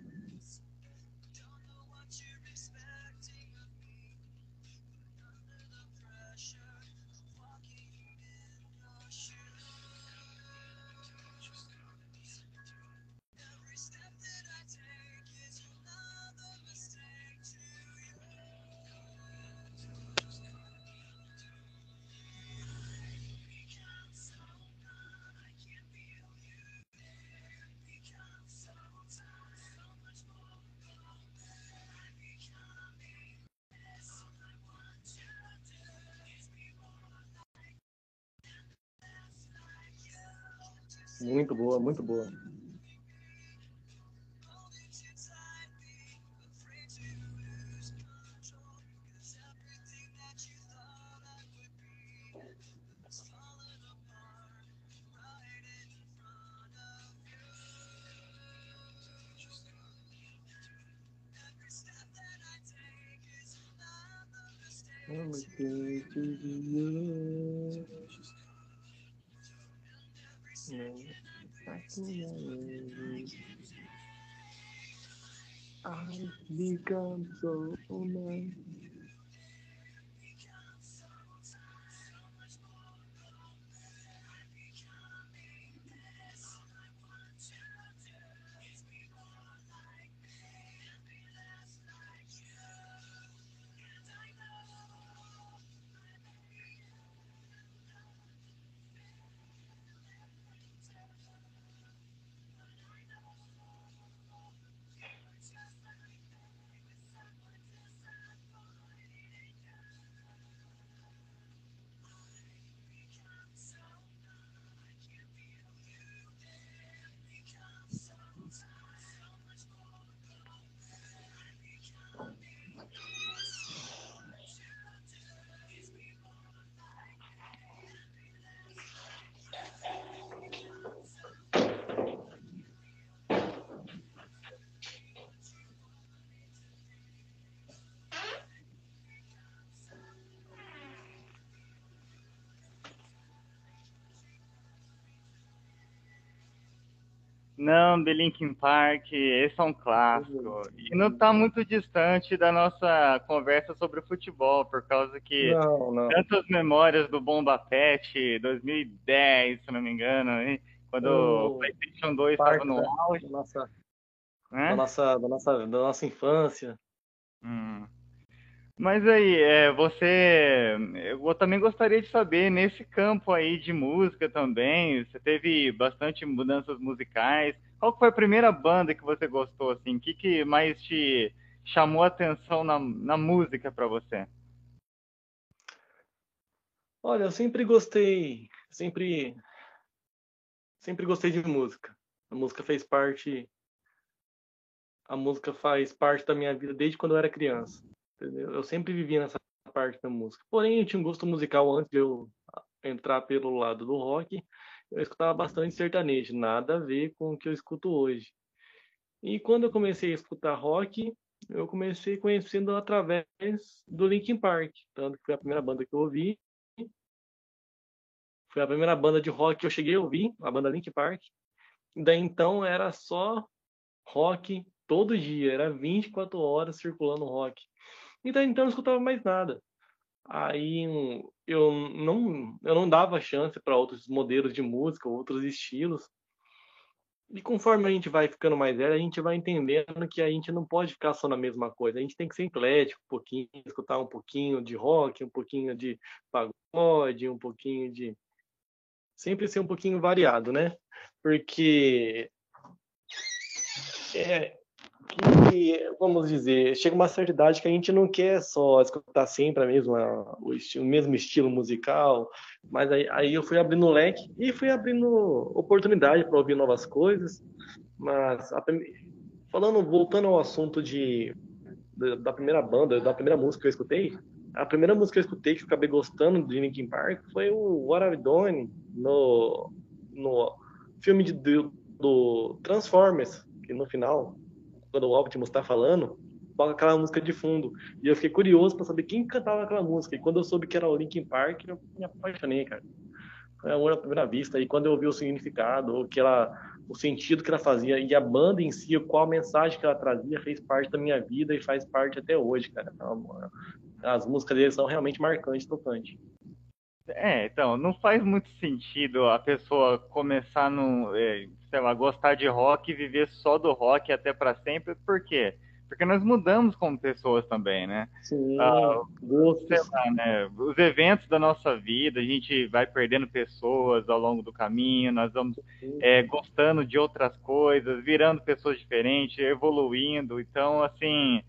Muito boa, muito boa. I've become so man. Não, The Linkin Park, esse é um clássico. E não está muito distante da nossa conversa sobre o futebol, por causa que Não, não. tantas memórias do Bomba Pet dois mil e dez, se não me engano, hein? Quando o O PlayStation dois estava parte no da, auge, da nossa, da né? nossa, da nossa, da nossa infância. Hum. Mas aí, é, você, eu também gostaria de saber, nesse campo aí de música também, você teve bastante mudanças musicais. Qual que foi a primeira banda que você gostou, assim? O que que mais te chamou a atenção na, na música para você? Olha, eu sempre gostei, sempre, sempre gostei de música. A música fez parte, a música faz parte da minha vida desde quando eu era criança, entendeu? Eu sempre vivi nessa parte da música. Porém, eu tinha um gosto musical antes de eu entrar pelo lado do rock. Eu escutava bastante sertanejo, nada a ver com o que eu escuto hoje. E quando eu comecei a escutar rock, eu comecei conhecendo através do Linkin Park, tanto que foi a primeira banda que eu ouvi. Foi a primeira banda de rock que eu cheguei a ouvir, a banda Linkin Park. E daí então era só rock todo dia, era vinte e quatro horas circulando rock. E daí então eu não escutava mais nada. Aí um, eu não, eu não dava chance para outros modelos de música, outros estilos. E conforme a gente vai ficando mais velho, a gente vai entendendo que a gente não pode ficar só na mesma coisa. A gente tem que ser eclético um pouquinho, escutar um pouquinho de rock, um pouquinho de pagode, um pouquinho de sempre ser um pouquinho variado, né? Porque é que, vamos dizer, chega uma certa idade que a gente não quer só escutar sempre a mesma, o, estilo, o mesmo estilo musical, mas aí, aí eu fui abrindo o leque e fui abrindo oportunidade para ouvir novas coisas. Mas a, falando, voltando ao assunto de da, da primeira banda, da primeira música que eu escutei, a primeira música que eu escutei que eu acabei gostando de Linkin Park foi o What I've Done no, no filme de, do, do Transformers, que no final, quando o Optimus tá falando, toca aquela música de fundo. E eu fiquei curioso para saber quem cantava aquela música. E quando eu soube que era o Linkin Park, eu me apaixonei, cara. Foi amor à primeira vista. E quando eu vi o significado, o que ela, o sentido que ela fazia e a banda em si, qual a mensagem que ela trazia, fez parte da minha vida e faz parte até hoje, cara. Então, as músicas deles são realmente marcantes, tocantes. É, então, não faz muito sentido a pessoa começar no, é, sei lá, gostar de rock e viver só do rock até para sempre. Por quê? Porque nós mudamos como pessoas também, né? Sim, Ah, sei gostos. lá, né? Os eventos da nossa vida, a gente vai perdendo pessoas ao longo do caminho, nós vamos é, gostando de outras coisas, virando pessoas diferentes, evoluindo. Então, assim,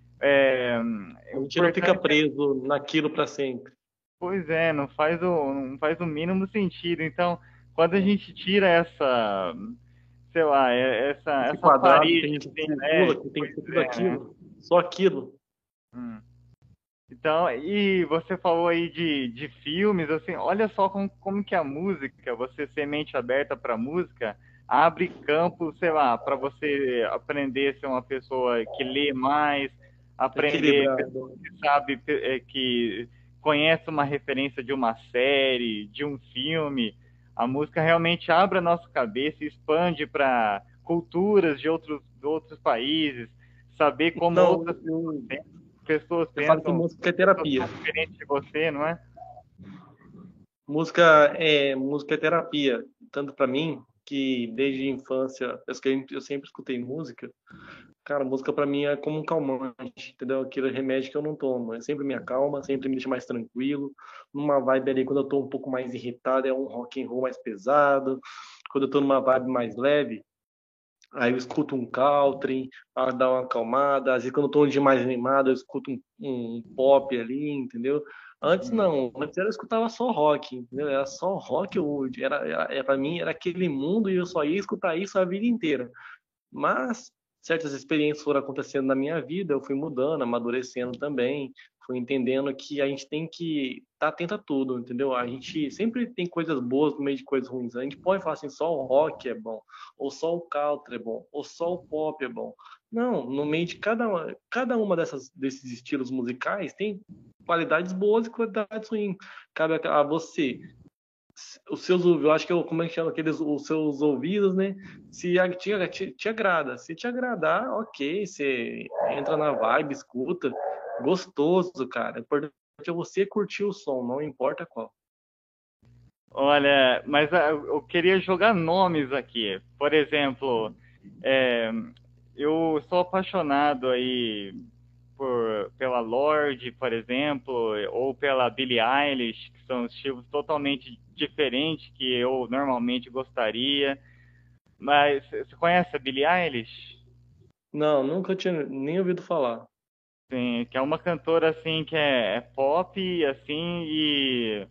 é, A o gente não fica importante, preso naquilo para sempre. pois é, não faz o, não faz o mínimo sentido. Então, quando a gente tira essa, sei lá, é- essa, Esse essa quadrado que a parede, gente assim, né? circula, que tem que Pois ser tudo é, né? aquilo, só aquilo. Hum. Então, e você falou aí de, de filmes, assim, olha só como, como que a música, você ser mente aberta para música, abre campo, sei lá, para você aprender a ser uma pessoa que lê mais, aprender, pessoa Equilibrado. que sabe, é, que conhece uma referência de uma série, de um filme. A música realmente abre a nossa cabeça e expande para culturas de outros, de outros países, saber como Não, outras eu, pessoas eu falo que pensam, música é pessoas terapia. tão diferentes de você, não é? Música é música é terapia, tanto para mim que desde a infância eu sempre eu sempre escutei música. Cara, música para mim é como um calmante, entendeu? Aquele remédio que eu não tomo, é sempre me acalma, sempre me deixa mais tranquilo. Numa vibe ali quando eu tô um pouco mais irritado é um rock and roll mais pesado. Quando eu tô numa vibe mais leve, aí eu escuto um country, para dar uma acalmada. Às vezes, quando eu tô um dia mais animado, eu escuto um, um pop ali, entendeu? Antes Hum. não, antes eu escutava só rock, entendeu? Era só rock, eu, era, era, era, pra mim era aquele mundo e eu só ia escutar isso a vida inteira. Mas certas experiências foram acontecendo na minha vida, eu fui mudando, amadurecendo também, fui entendendo que a gente tem que estar atento a tudo, entendeu? A gente sempre tem coisas boas no meio de coisas ruins. A gente pode falar assim, só o rock é bom, ou só o country é bom, ou só o pop é bom. Não, no meio de cada uma, cada uma dessas, desses estilos musicais tem qualidades boas e qualidades ruins. Cabe a, a você os seus ouvidos, eu acho que eu, como é que chama aqueles, os seus ouvidos, né? Se a- te, te, te agrada, se te agradar, ok, você entra na vibe, escuta, gostoso, cara. O importante é você curtir o som, não importa qual. Olha, mas ah, eu queria jogar nomes aqui. Por exemplo, é, eu sou apaixonado aí por, pela Lorde, por exemplo, ou pela Billie Eilish, que são estilos totalmente diferentes que eu normalmente gostaria. Mas você conhece a Billie Eilish? Não, nunca tinha nem ouvido falar. Sim, que é uma cantora assim que é, é pop, assim, e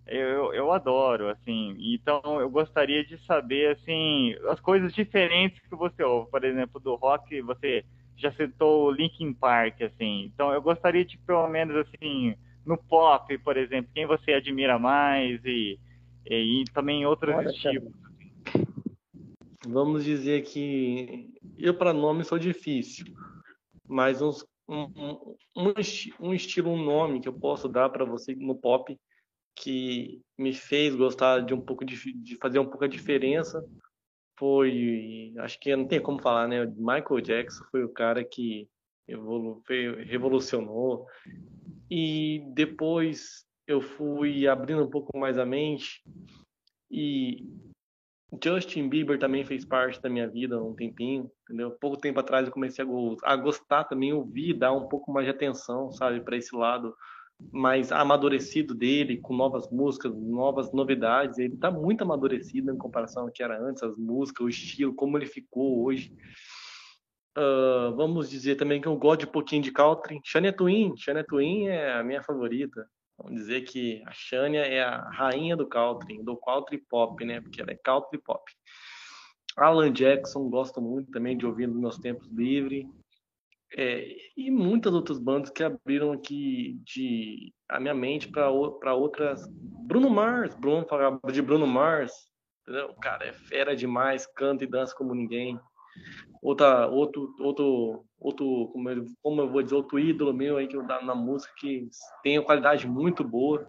Eu, eu adoro, assim. Então eu gostaria de saber, assim, as coisas diferentes que você ouve. Por exemplo, do rock, você já citou o Linkin Park, assim. Então eu gostaria de, pelo menos, assim, no pop, por exemplo, quem você admira mais e, e, e também em outros Olha, cara, estilos. vamos dizer que eu para nome sou difícil, mas uns- um, um, um, esti- um estilo, um nome que eu posso dar para você no pop que me fez gostar de um pouco de, de fazer um pouco a diferença foi, acho que não tem como falar, né? Michael Jackson foi o cara que evolu, veio- revolucionou e depois eu fui abrindo um pouco mais a mente e Justin Bieber também fez parte da minha vida há um tempinho, entendeu? Pouco tempo atrás eu comecei a, go- a gostar também, ouvir, dar um pouco mais de atenção, sabe, para esse lado mais amadurecido dele, com novas músicas, novas novidades. Ele tá muito amadurecido em comparação ao que era antes, as músicas, o estilo, como ele ficou hoje. Ah, vamos dizer também que eu gosto de um pouquinho de country. Shania Twain, Shania Twain é a minha favorita. Vamos dizer que a Shania é a rainha do country, do country pop, né? Porque ela é country pop. Alan Jackson, gosto muito também de ouvir nos meus tempos livres. É, e muitas outras bandas que abriram aqui de a minha mente para outras. Bruno Mars, Bruno falava de Bruno Mars, entendeu? O cara é fera demais, canta e dança como ninguém. Outra, outro, outro, outro, como eu, como eu vou dizer, outro ídolo meu aí que eu dá na música que tem uma qualidade muito boa.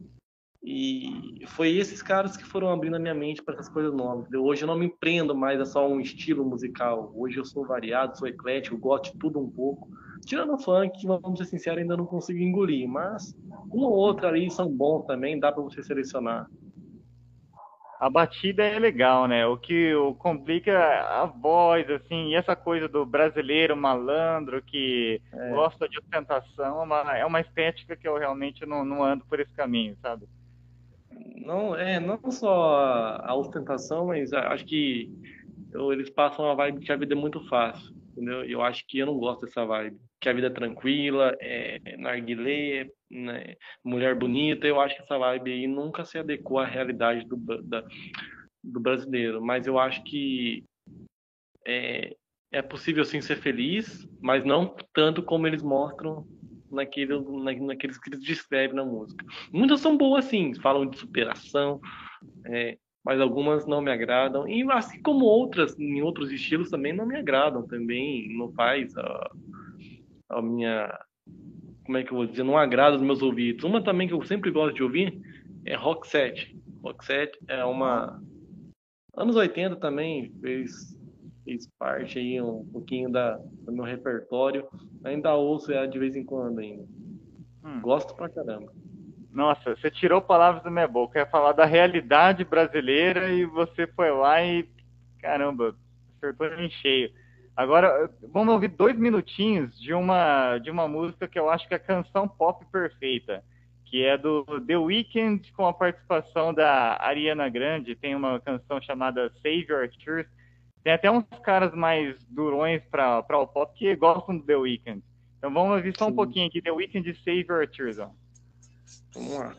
E foi esses caras que foram abrindo a minha mente para essas coisas novas. Entendeu? Hoje eu não me prendo mais a só um estilo musical. Hoje eu sou variado, sou eclético, gosto de tudo um pouco. Tirando o funk, vamos ser sinceros, ainda não consigo engolir. Mas um ou outro ali são bons também, dá para você selecionar. A batida é legal, né? O que o complica é a voz, assim, e essa coisa do brasileiro malandro que É, gosta de ostentação, é uma, é uma estética que eu realmente não, não ando por esse caminho, sabe? não, é, não só a, a ostentação, mas a- acho que eu- eles passam uma vibe que a vida é muito fácil, entendeu? E eu acho que eu não gosto dessa vibe. Que a vida é tranquila, é narguilé, né? Mulher bonita. Eu acho que essa vibe aí nunca se adequou à realidade do, ba- da- do brasileiro. Mas eu acho que é, é possível sim ser feliz, mas não tanto como eles mostram naquele, na, naqueles que eles descrevem na música. Muitas são boas sim, falam de superação, é, mas algumas não me agradam. E assim como outras, em outros estilos também não me agradam também. Não faz a, a minha. Como é que eu vou dizer? Não agrada os meus ouvidos. Uma também que eu sempre gosto de ouvir é Roxette. Roxette é uma. Anos oitenta também fez, fez parte aí um pouquinho da, do meu repertório. Ainda ouço ela de vez em quando ainda. Hum. Gosto pra caramba. Nossa, você tirou palavras da minha boca. Eu ia falar da realidade brasileira e você foi lá e, caramba, acertou em cheio. Agora, vamos ouvir dois minutinhos de uma, de uma música que eu acho que é a canção pop perfeita, que é do The Weeknd com a participação da Ariana Grande. Tem uma canção chamada Save Your Tears. Tem até uns caras mais durões para o pop que gostam do The Weeknd. Então vamos ouvir só um Sim, pouquinho aqui, The Weeknd e Save Your Tears. Ó. vamos lá.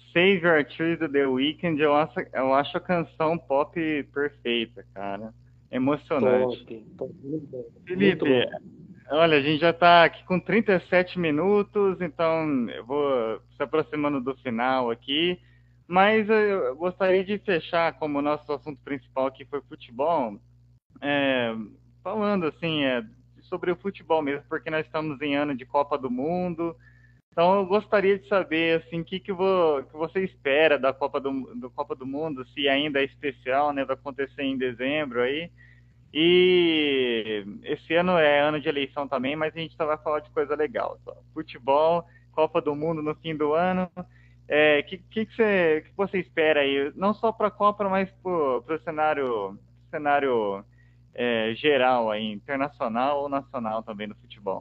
Save Your Tree do The Weeknd, eu acho, eu acho a canção pop perfeita, cara. Top, Emocionante. top, muito bom. Muito Felipe, bom. olha, a gente já está aqui com trinta e sete minutos, então eu vou se aproximando do final aqui, mas eu gostaria de fechar como o nosso assunto principal aqui foi futebol, é, falando assim, é, sobre o futebol mesmo, porque nós estamos em ano de Copa do Mundo. Então eu gostaria de saber assim, o que, que, vo- que você espera da Copa do, do Copa do Mundo, se ainda é especial, né? Vai acontecer em dezembro aí. E esse ano é ano de eleição também, mas a gente só vai falar de coisa legal. Só. Futebol, Copa do Mundo no fim do ano. É, que, que, que, você, que você espera aí? Não só para a Copa, mas para o cenário, cenário é, geral aí, internacional ou nacional também no futebol.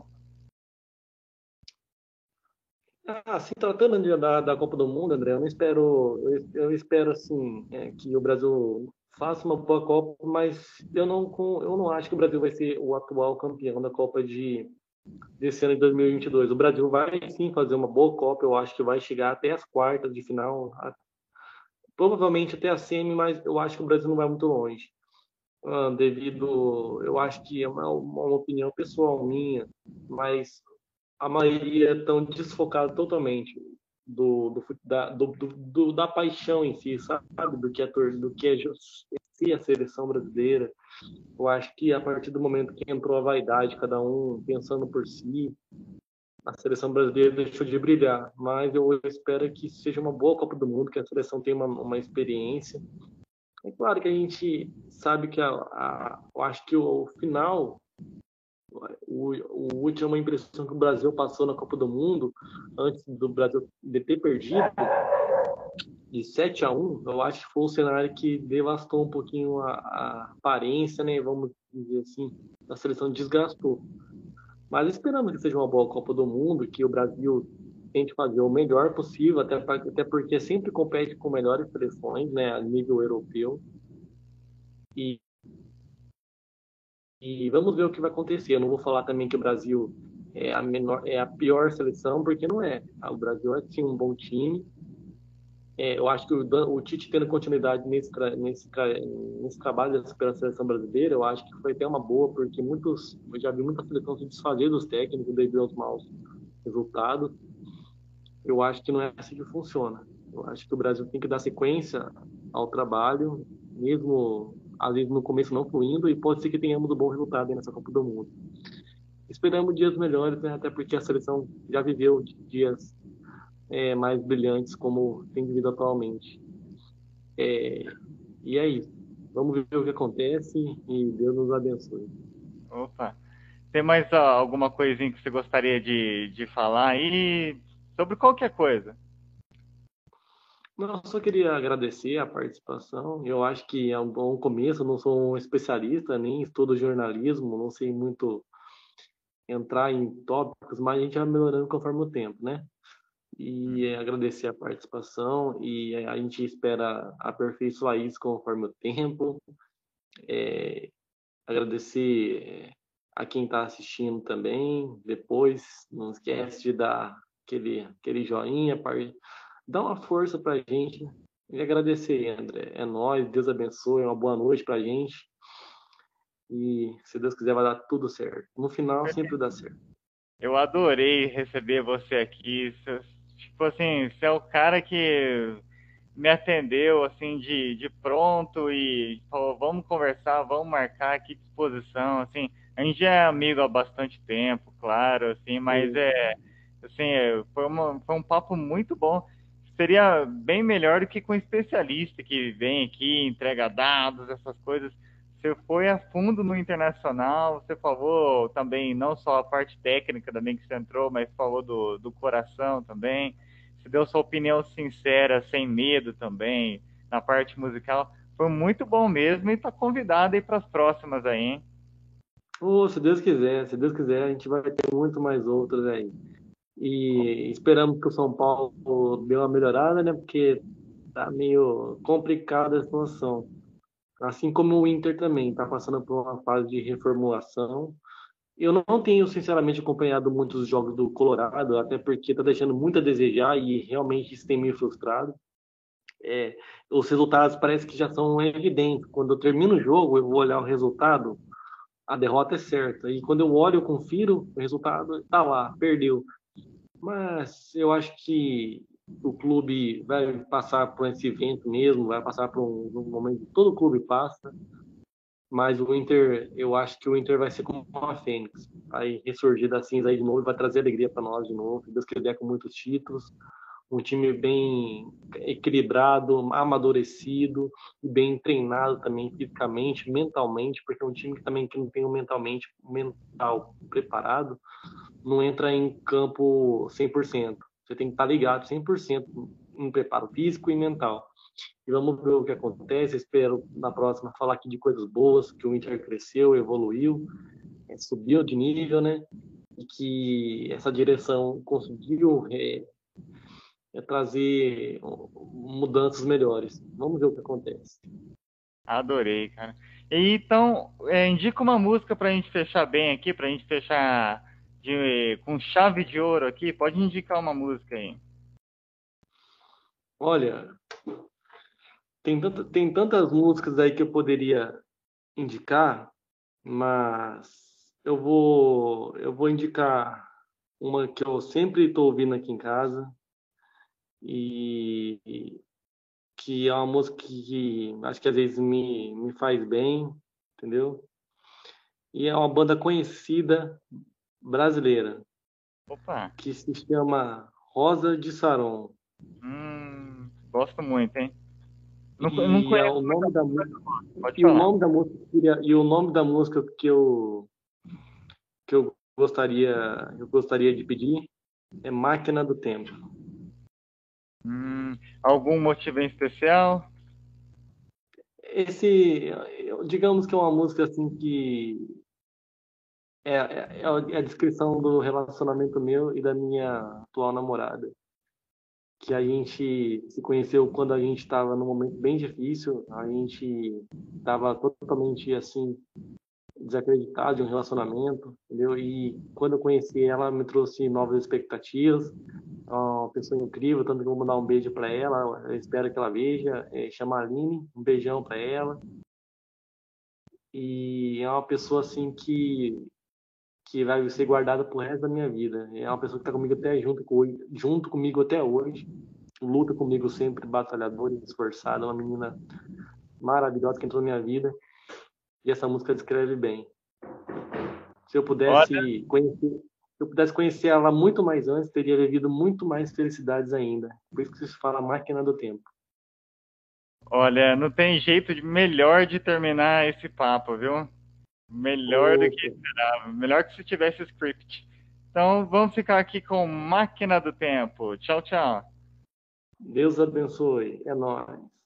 Ah, se tratando de- da, da Copa do Mundo, André, eu não espero, eu, eu espero assim, é, que o Brasil faça uma boa Copa, mas eu não, com- eu não acho que o Brasil vai ser o atual campeão da Copa de desse ano de dois mil e vinte e dois. O Brasil vai sim fazer uma boa Copa, eu acho que vai chegar até as quartas de final, a- provavelmente até a semi, mas eu acho que o Brasil não vai muito longe. Ah, devido, eu acho que é uma, uma opinião pessoal minha, mas a maioria estão desfocada totalmente do, do, fut- da, do, do- do- da paixão em si, sabe? Do que é, tor- do que é jus- em si a seleção brasileira. Eu acho que a partir do momento que entrou a vaidade, cada um pensando por si, a seleção brasileira deixou de brilhar. Mas eu espero que seja uma boa Copa do Mundo, que a seleção tenha uma, uma experiência. É claro que a gente sabe que a, a, eu acho que o final, o, o última impressão que o Brasil passou na Copa do Mundo, antes do Brasil de ter perdido, de sete a um, eu acho que foi um cenário que devastou um pouquinho a, a aparência, né? Vamos dizer assim, a seleção desgastou. Mas esperamos que seja uma boa Copa do Mundo, que o Brasil tente fazer o melhor possível, até, pra- até porque sempre compete com melhores seleções, né, a nível europeu. E, e vamos ver o que vai acontecer. Eu não vou falar também que o Brasil é a menor, é a pior seleção, porque não é. O Brasil é sim um bom time. É, eu acho que o, Dan- o Tite tendo continuidade nesse, tra- nesse, tra- nesse trabalho pela seleção brasileira, eu acho que foi até uma boa, porque muitos, eu já vi muita seleção se desfazer dos técnicos devido aos maus resultados. Eu acho que não é assim que funciona. Eu acho que o Brasil tem que dar sequência ao trabalho, mesmo às vezes no começo não fluindo, e pode ser que tenhamos um bom resultado aí nessa Copa do Mundo. Esperamos dias melhores, né? Até porque a seleção já viveu dias é, mais brilhantes como tem vivido atualmente. É, e é isso. Vamos ver o que acontece e Deus nos abençoe. Opa! Tem mais ó, alguma coisinha que você gostaria de, de falar aí? Sobre qualquer coisa. Não, eu só queria agradecer a participação. Eu acho que é um bom começo. Eu não sou um especialista, nem estudo jornalismo, não sei muito entrar em tópicos, mas a gente vai melhorando conforme o tempo, né? E é, agradecer a participação e é, a gente espera aperfeiçoar isso conforme o tempo. É, agradecer é, a quem está assistindo também. Depois, não esquece de dar aquele, aquele joinha, par- dá uma força para a gente. E agradecer, André. É nóis, Deus abençoe, uma boa noite para a gente. E se Deus quiser, vai dar tudo certo. No final, sempre dá certo. Eu adorei receber você aqui. Você, tipo assim, você é o cara que me atendeu assim de, de pronto e falou, vamos conversar, vamos marcar aqui disposição, assim. A gente já é amigo há bastante tempo, claro, assim, mas E, é assim, é, foi, uma, foi um papo muito bom. Seria bem melhor do que com um especialista que vem aqui, entrega dados, essas coisas. Você foi a fundo no internacional, você falou também, não só a parte técnica também que você entrou, mas falou do, do coração também. Você deu sua opinião sincera, sem medo também, na parte musical. Foi muito bom mesmo e está convidado aí para as próximas aí, hein? oh, se Deus quiser, se Deus quiser, a gente vai ter muito mais outros aí. E esperamos que o São Paulo dê uma melhorada, né? Porque tá meio complicada a situação. Assim como o Inter também está passando por uma fase de reformulação. Eu não tenho, sinceramente, acompanhado muitos jogos do Colorado, até porque está deixando muito a desejar e realmente isso tem me frustrado. É, os resultados parece que já são evidentes. Quando eu termino o jogo, eu vou olhar o resultado, a derrota é certa. E quando eu olho, eu confiro, o resultado está lá, perdeu. Mas eu acho que o clube vai passar por esse evento mesmo, vai passar por um, um momento que todo clube passa. Mas o Inter, eu acho que o Inter vai ser como uma fênix. Vai ressurgir da cinza aí de novo e vai trazer alegria para nós de novo. Se Deus quiser, com muitos títulos. Um time bem equilibrado, amadurecido e bem treinado também fisicamente, mentalmente, porque é um time que também que não tem o mentalmente mental preparado, não entra em campo cem por cento. Você tem que estar ligado cem por cento em preparo físico e mental. E vamos ver o que acontece. Espero na próxima falar aqui de coisas boas, que o Inter cresceu, evoluiu, subiu de nível, né? E que essa direção conseguiu é, é trazer mudanças melhores. Vamos ver o que acontece. Adorei, cara. E então, é, indica uma música pra gente fechar bem aqui, pra gente fechar de, com chave de ouro aqui. Pode indicar uma música aí. Olha, tem, tanta, tem tantas músicas aí que eu poderia indicar, mas eu vou, eu vou indicar uma que eu sempre estou ouvindo aqui em casa e, e que é uma música que, que acho que às vezes me, me faz bem, entendeu? E é uma banda conhecida brasileira Opa! que se chama Rosa de Saron. Hum, gosto muito, hein? Não, não E é conheço o muita nome da música, música pode e o falar. nome da música que eu queria- e o nome da música que eu que eu gostaria eu gostaria de pedir é Máquina do Tempo. Hum, algum motivo em especial? Esse, eu- digamos que é uma música assim que é, é, é a descrição do relacionamento meu e da minha atual namorada. Que a gente se conheceu quando a gente estava num momento bem difícil, a gente estava totalmente assim desacreditado de um relacionamento, entendeu? E quando eu conheci ela, me trouxe novas expectativas. É uma pessoa incrível, tanto que eu vou mandar um beijo para ela, eu espero que ela veja, é, chama a Aline, um beijão para ela. E é uma pessoa assim que que vai ser guardada pro resto da minha vida. É uma pessoa que está comigo até junto, com, junto comigo até hoje, luta comigo sempre, batalhadora, esforçada, uma menina maravilhosa que entrou na minha vida. E essa música descreve bem. Se eu Olha, pudesse conhecer, se eu pudesse conhecer ela muito mais antes, teria vivido muito mais felicidades ainda. Por isso que se fala máquina do tempo. olha, não tem jeito de melhor de terminar esse papo, viu? Melhor do que Opa, esperava, melhor que se tivesse script. Então vamos ficar aqui com Máquina do Tempo. Tchau, tchau. Deus abençoe. É nóis.